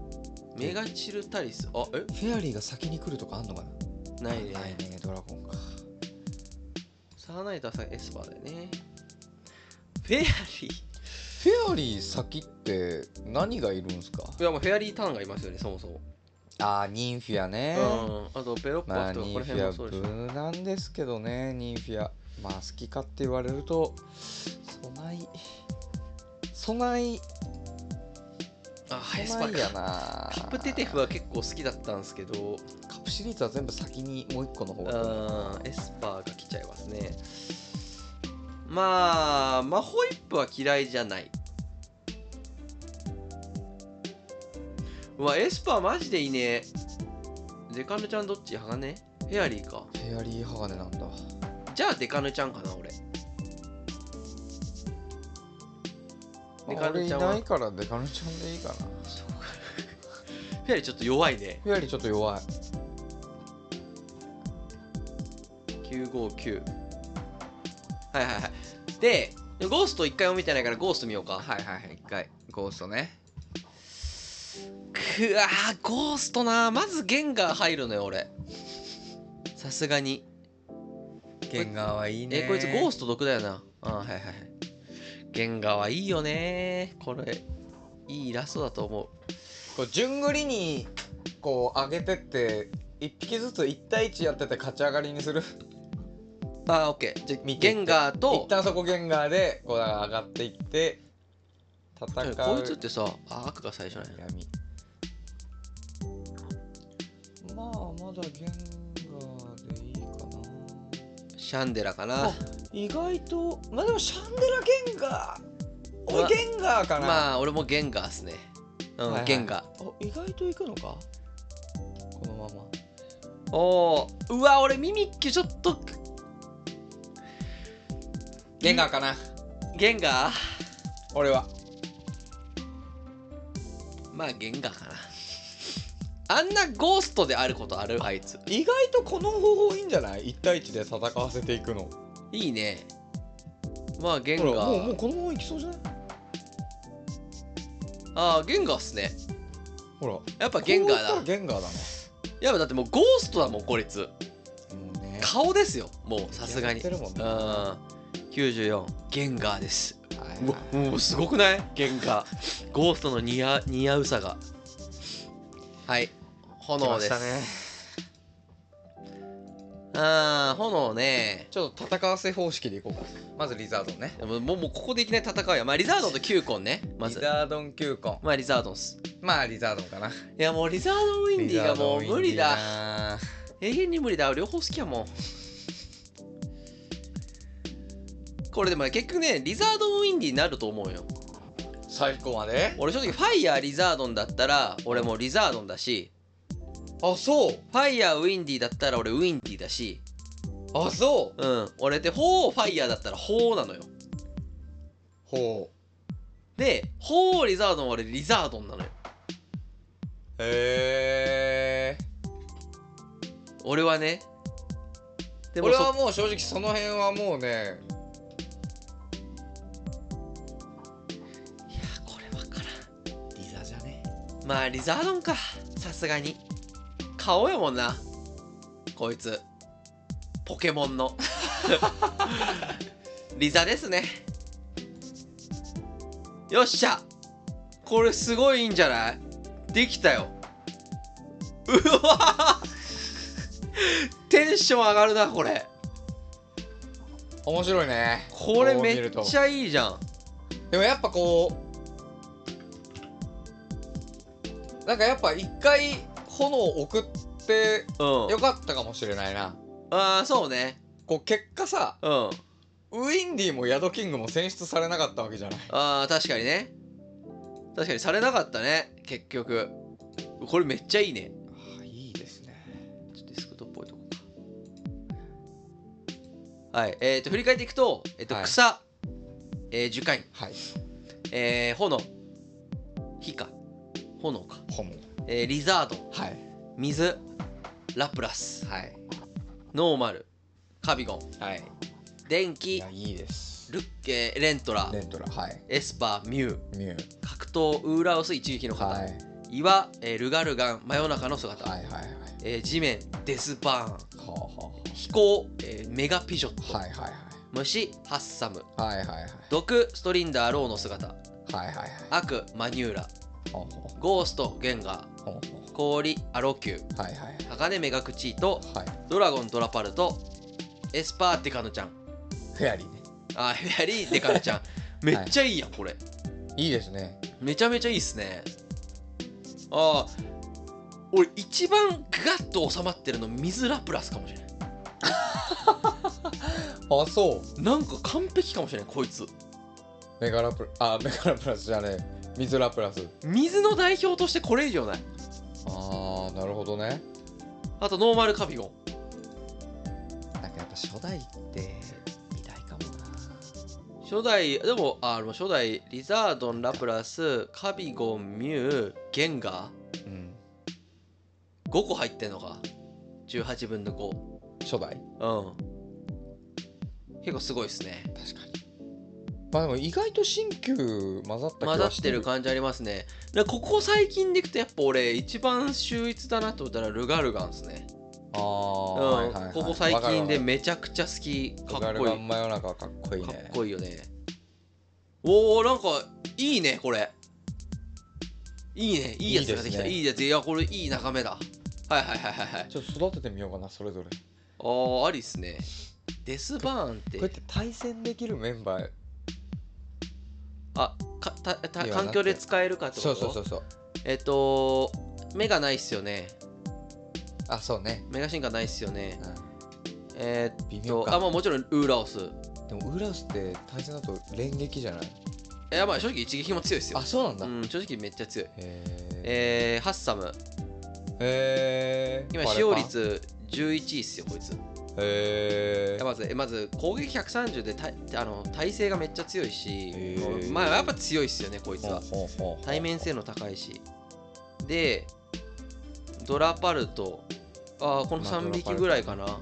メガチルタリス。あ、えフェアリーが先に来るとかあんのかな。 ないね。 ないね、ドラゴンか。 サーナイトはさエスパーだよね。フェアリーフェアリー先って何がいるんすか。 いやもうフェアリーターンがいますよね、そもそも。 あー、ニンフィアね。 うん。あとベロッパまあーとかニンフィア無難ですけどね、ニンフィア。まあ好きかって言われると、そないそないあ、エスパーやな。 カプテテフは結構好きだったんですけど、 カプシリーズは全部先にもう一個の方が。 うん、エスパーが来ちゃいますね。まあマホイップは嫌いじゃない。うわ、エスパーマジでいいね。デカヌちゃんどっち？鋼？フェアリーか。 フェアリー鋼なんだ。 じゃあデカヌちゃんかな、俺。 デカヌちゃんは俺いないからデカヌちゃんでいいかな。フェアリーちょっと弱いね。 フェアリーちょっと弱い。 きゅうごきゅう。はいはいはい。で、ゴースト一回も見てないからゴースト見ようか。 はいはいはい、一回。ゴーストね。 くわー、ゴーストなー。まずゲンガー入るのよ、俺。さすがに。 ゲンガーはいいね。 え、こいつゴースト毒だよな。あー、はいはいはい。ゲンガーはいいよねー。これ、いいイラストだと思う。 こう順繰りにこう上げてっていっぴきずついち対いちやってて勝ち上がりにする。 あー、オッケー。じゃあゲンガーと一旦そこゲンガーでこう上がっていって戦う。 こいつってさ、あ、悪が最初なんや。 闇。まあまだゲンガーでいいかな。 シャンデラかな。 意外とまあでもシャンデラゲンガー。俺ゲンガーかな。 まあ俺もゲンガーっすね。うん、はいはい、ゲンガー。意外といくのかこのまま。 おー、うわ、俺ミミッキュちょっとゲンガーかな。 ゲンガー俺はまあゲンガーかな。あんなゴーストであることある？あいつ意外とこの方法いいんじゃない？いち対いちで戦わせていくのいいね。まあゲンガーもう、もうこのままいきそうじゃない？ ああ、ゲンガーっすね。 ほらやっぱゲンガーだ。 ゲンガーだね。 やっぱだってもうゴーストだもん、こいつ。もうね、顔ですよ、もうさすがに。うん、きゅうじゅうよん、ゲンガーです。はいはい、もうすごくない？ゲンガー。ゴーストの似合似合うさが。はい、炎です。ね、あー、炎ね。 ちょっと戦わせ方式でいこうか。まずリザードンね。 もう、もうここでいきなり戦うや。まあリザードンとキューコンね。まず。 リザードン、キューコン。 まあリザードンっす。 まあリザードンかな。いやもうリザードンウィンディがもう無理だ。永遠に無理だ。両方好きやもん。これでもね、結局ね、リザードンウィンディになると思うよ。 最高まで？ 俺正直ファイヤーリザードンだったら俺もリザードンだし、 あ、そう。 ファイヤーウィンディだったら俺ウィンディだし、 あ、そう。 うん、俺でホーファイヤーだったらホーなのよ。 ホーでホーリザードンは俺リザードンなのよ。 へえ。 俺はね。 でも俺はもう正直その辺はもうね、 まあリザードンか、さすがに顔やもんなこいつ、ポケモンのリザですね。よっしゃ、これすごいいいんじゃない？できたよ。うわテンション上がるなこれ。 面白いね。 これめっちゃいいじゃん。 でもやっぱこうなんかやっぱ一回炎を送ってよかったかもしれないな。 うん、ああそうね。 こう結果さ、 うん、 ウィンディもヤドキングも選出されなかったわけじゃない。 ああ確かにね。確かにされなかったね結局。これめっちゃいいね。 ああいいですね。 ちょっとディスクトっぽいとこか。はい、えっ、ー、と振り返っていくと、えっ、ー、と、はい、草、えー、樹海、はい、えー、炎、火か。炎か炎、 えー、リザードン、 はい、 水、ラプラス、はい、ノーマル、カビゴン、はい、電気、いやいいです、 ルッケ、レントラ、 レントラ、はい、 エスパー、ミュウ、 ミュウ、 格闘ウーラオス一撃の方、はい、 岩、えー、ルガルガン真夜中の姿、 はいはいはい、 えー、地面デスバーン、はあはあ、飛行、えー、メガピジョット、はいはいはい、虫ハッサム、はいはいはい、毒ストリンダーローの姿、はいはいはい、悪マニューラ、はあはあ、ゴーストゲンガー、はあはあ、氷アロキュー、はいはい、鋼メガクチート、はい、ドラゴンドラパルト、エスパーデカノちゃん、 フェアリーね、 あフェアリーデカノちゃんめっちゃいいやんこれ、 いいですね、 めちゃめちゃいいっすね。ああ、俺一番ガッと収まってるの水ラプラスかもしれないあ、そう、 なんか完璧かもしれないこいつ。 メガラプラあメガラプラスじゃねえ、水ラプラス、 水の代表としてこれ以上ない。 あー、なるほどね。 あとノーマルカビゴン、なんかやっぱ初代って見たいかもな。 初代でもあの初代リザードンラプラスカビゴンミュウゲンガー、うん、ごこ入ってんのか、じゅうはちぶんのご、 初代、 うん、結構すごいっすね。 確かに。まあでも意外と新旧混ざった気がしてる、 混ざってる感じありますね。でここ最近でいくとやっぱ俺一番秀逸だなと思ったらルガルガンですね。ああ、うん、はいはいはい、ここ最近でめちゃくちゃ好き。かっこいい。ルガルガン真夜中かっこいいね。 かっこいいよね。おお、なんかいいねこれ。いいね、いいやつができた。いい、ね、いいやつ。いやこれいい眺めだ。はいはいはいはいはい。 ちょっと育ててみようかなそれぞれ。 ああ、ありっすね。デスバーンってこうやって対戦できるメンバー、 あかたた環境で使えるかってこと。 そうそうそうそう。 えっと目がないっすよね。 あ、そうね、 メガ進化ないっすよね、うん、えー、っと微妙か。 あ、まあもちろんウーラオス。 でもウーラオスって対戦だと連撃じゃない？いや、まあ正直一撃も強いっすよ。 あ、そうなんだ。 うん、正直めっちゃ強い。へー、えー、ハッサム、 へー、 今使用率じゅういちいっすよこいつ。 へー、 まずまず攻撃ひゃくさんじゅうでたあの耐性がめっちゃ強いし、まあやっぱ強いっすよねこいつは。対面性の高いし、でドラパルト、あーこのさんびきぐらいかな。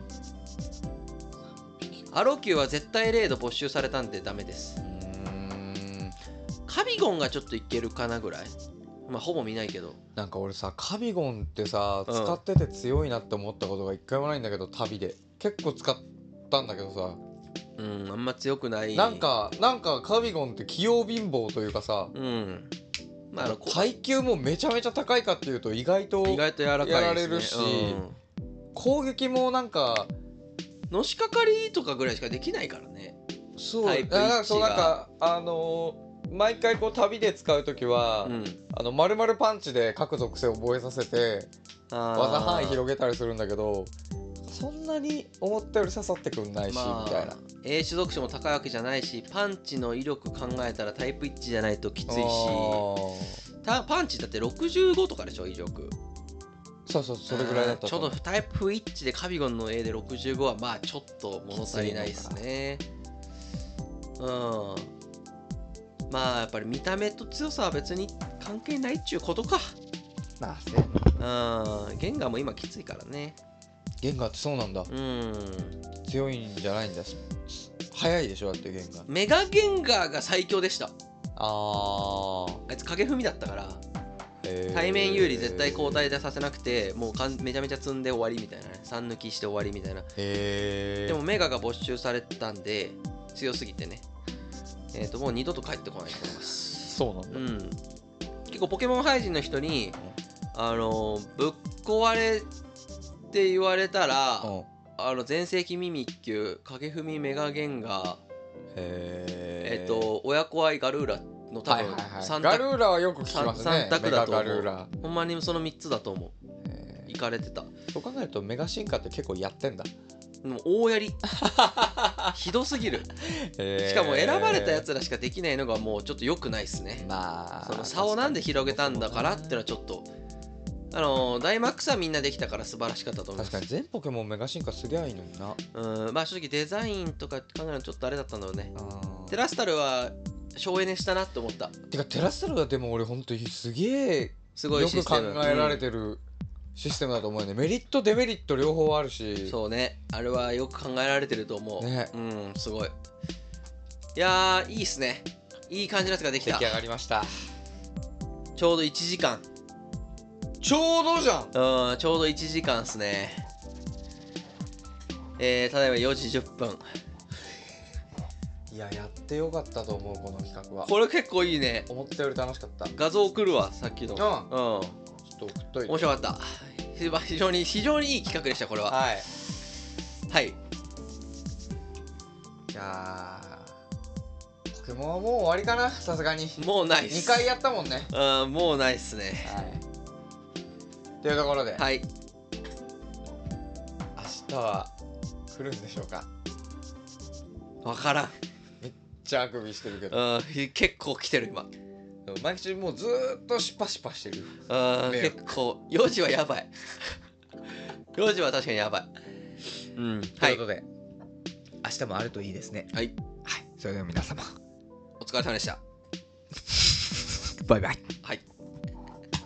アロキューは絶対レード没収されたんでダメです。うーん、カビゴンがちょっといけるかなぐらい。まあほぼ見ないけど、 なんか俺さカビゴンってさ使ってて強いなって思ったことが一回もないんだけど、旅で結構使ったんだけどさ、 うん、あんま強くない。 なんかなんかカビゴンって器用貧乏というかさ、うん、まあ、あの耐久もめちゃめちゃ高いかっていうと意外と意外と柔らかいですね。 やられるし、うん、攻撃もなんかのしかかりとかぐらいしかできないからね。 そうタイプがそう、なんかあのー、毎回こう旅で使うときは、うん、あの丸々パンチで各属性を覚えさせて技範囲広げたりするんだけど、そんなに思ったより刺さってくんないし、まあ、みたいな。 英種属性も高いわけじゃないし、パンチの威力考えたらタイプ一致じゃないときついし、パンチだってろくじゅうごとかでしょ威力。 そうそう、それぐらいだったと思う。ちょっとタイプ一致でカビゴンの A でろくじゅうごはまあちょっと物足りないですね。うん、まあやっぱり見た目と強さは別に関係ないっちゅうことか。 まあせうん、ゲンガーも今きついからね。 ゲンガーってそうなんだ。うん、強いんじゃないんだ。速いでしょだってゲンガー。 メガゲンガーが最強でした。 ああいつ影踏みだったから、対面有利絶対交代でさせなくて、もうかんめちゃめちゃ積んで終わりみたいなね、さん抜きして終わりみたいな。へでもメガが没収されたんで強すぎてね、えー、ともう二度と帰ってこないと思います。 そうなんだ、うん、 結構ポケモン配信の人に、うん、あのぶっ壊れって言われたら、うん、あの全盛期ミミッキュ影踏みメガゲンガー、えっ、ー、と親子愛ガルーラの多分さん択、ガルーラはよく聞きますね。 さん択だと思う。ほんまにそのみっつだと思う。いかれてた。 そう考えるとメガ進化って結構やってんだ。 もう大やりひどすぎる。しかも選ばれたやつらしかできないのがもうちょっと良くないっすね。まあその差をなんで広げたんだからっていうのはちょっと、あのー、ダイマックスはみんなできたから素晴らしかったと思います。 確かに全ポケモンメガ進化すりゃいいのにな。 うん、まあ正直デザインとか考えるのちょっとあれだったんだろうね。テラスタルは省エネしたなって思った。 てかテラスタルはでも俺ほんとすげえすごいよく考えられてるシステムだと思うね、うん、メリットデメリット両方あるし。 そうね、あれはよく考えられてると思うね。うん、すごい。いやーいいっすね。いい感じのやつができた。 出来上がりました。 ちょうどいちじかんちょうどじゃん。 うん、ちょうどいちじかんっすね。えー、例えばよじじゅっぷん。 いや、やってよかったと思う、この企画は。 これ結構いいね。 思ったより楽しかった。 画像送るわ、さっきの。うん、 ちょっと送っといて。 面白かった。非常に非常にいい企画でした、これは。 はいはい。 いやー、ポケモンはもう終わりかな、さすがに。 もうないっす。 にかいやったもんね。 うん、もうないっすね。 はい。というところで、 はい。 明日は来るんでしょうか。 わからん。 めっちゃあくびしてるけど。 うん、結構来てる今。 毎日もうずーっとシパシパしてる。 うん、結構よじはやばい。よじは確かにやばい。うん。 ということで、明日もあるといいですね。 はい。 はい。それでは皆様、 お疲れ様でした。 バイバイ。 はい。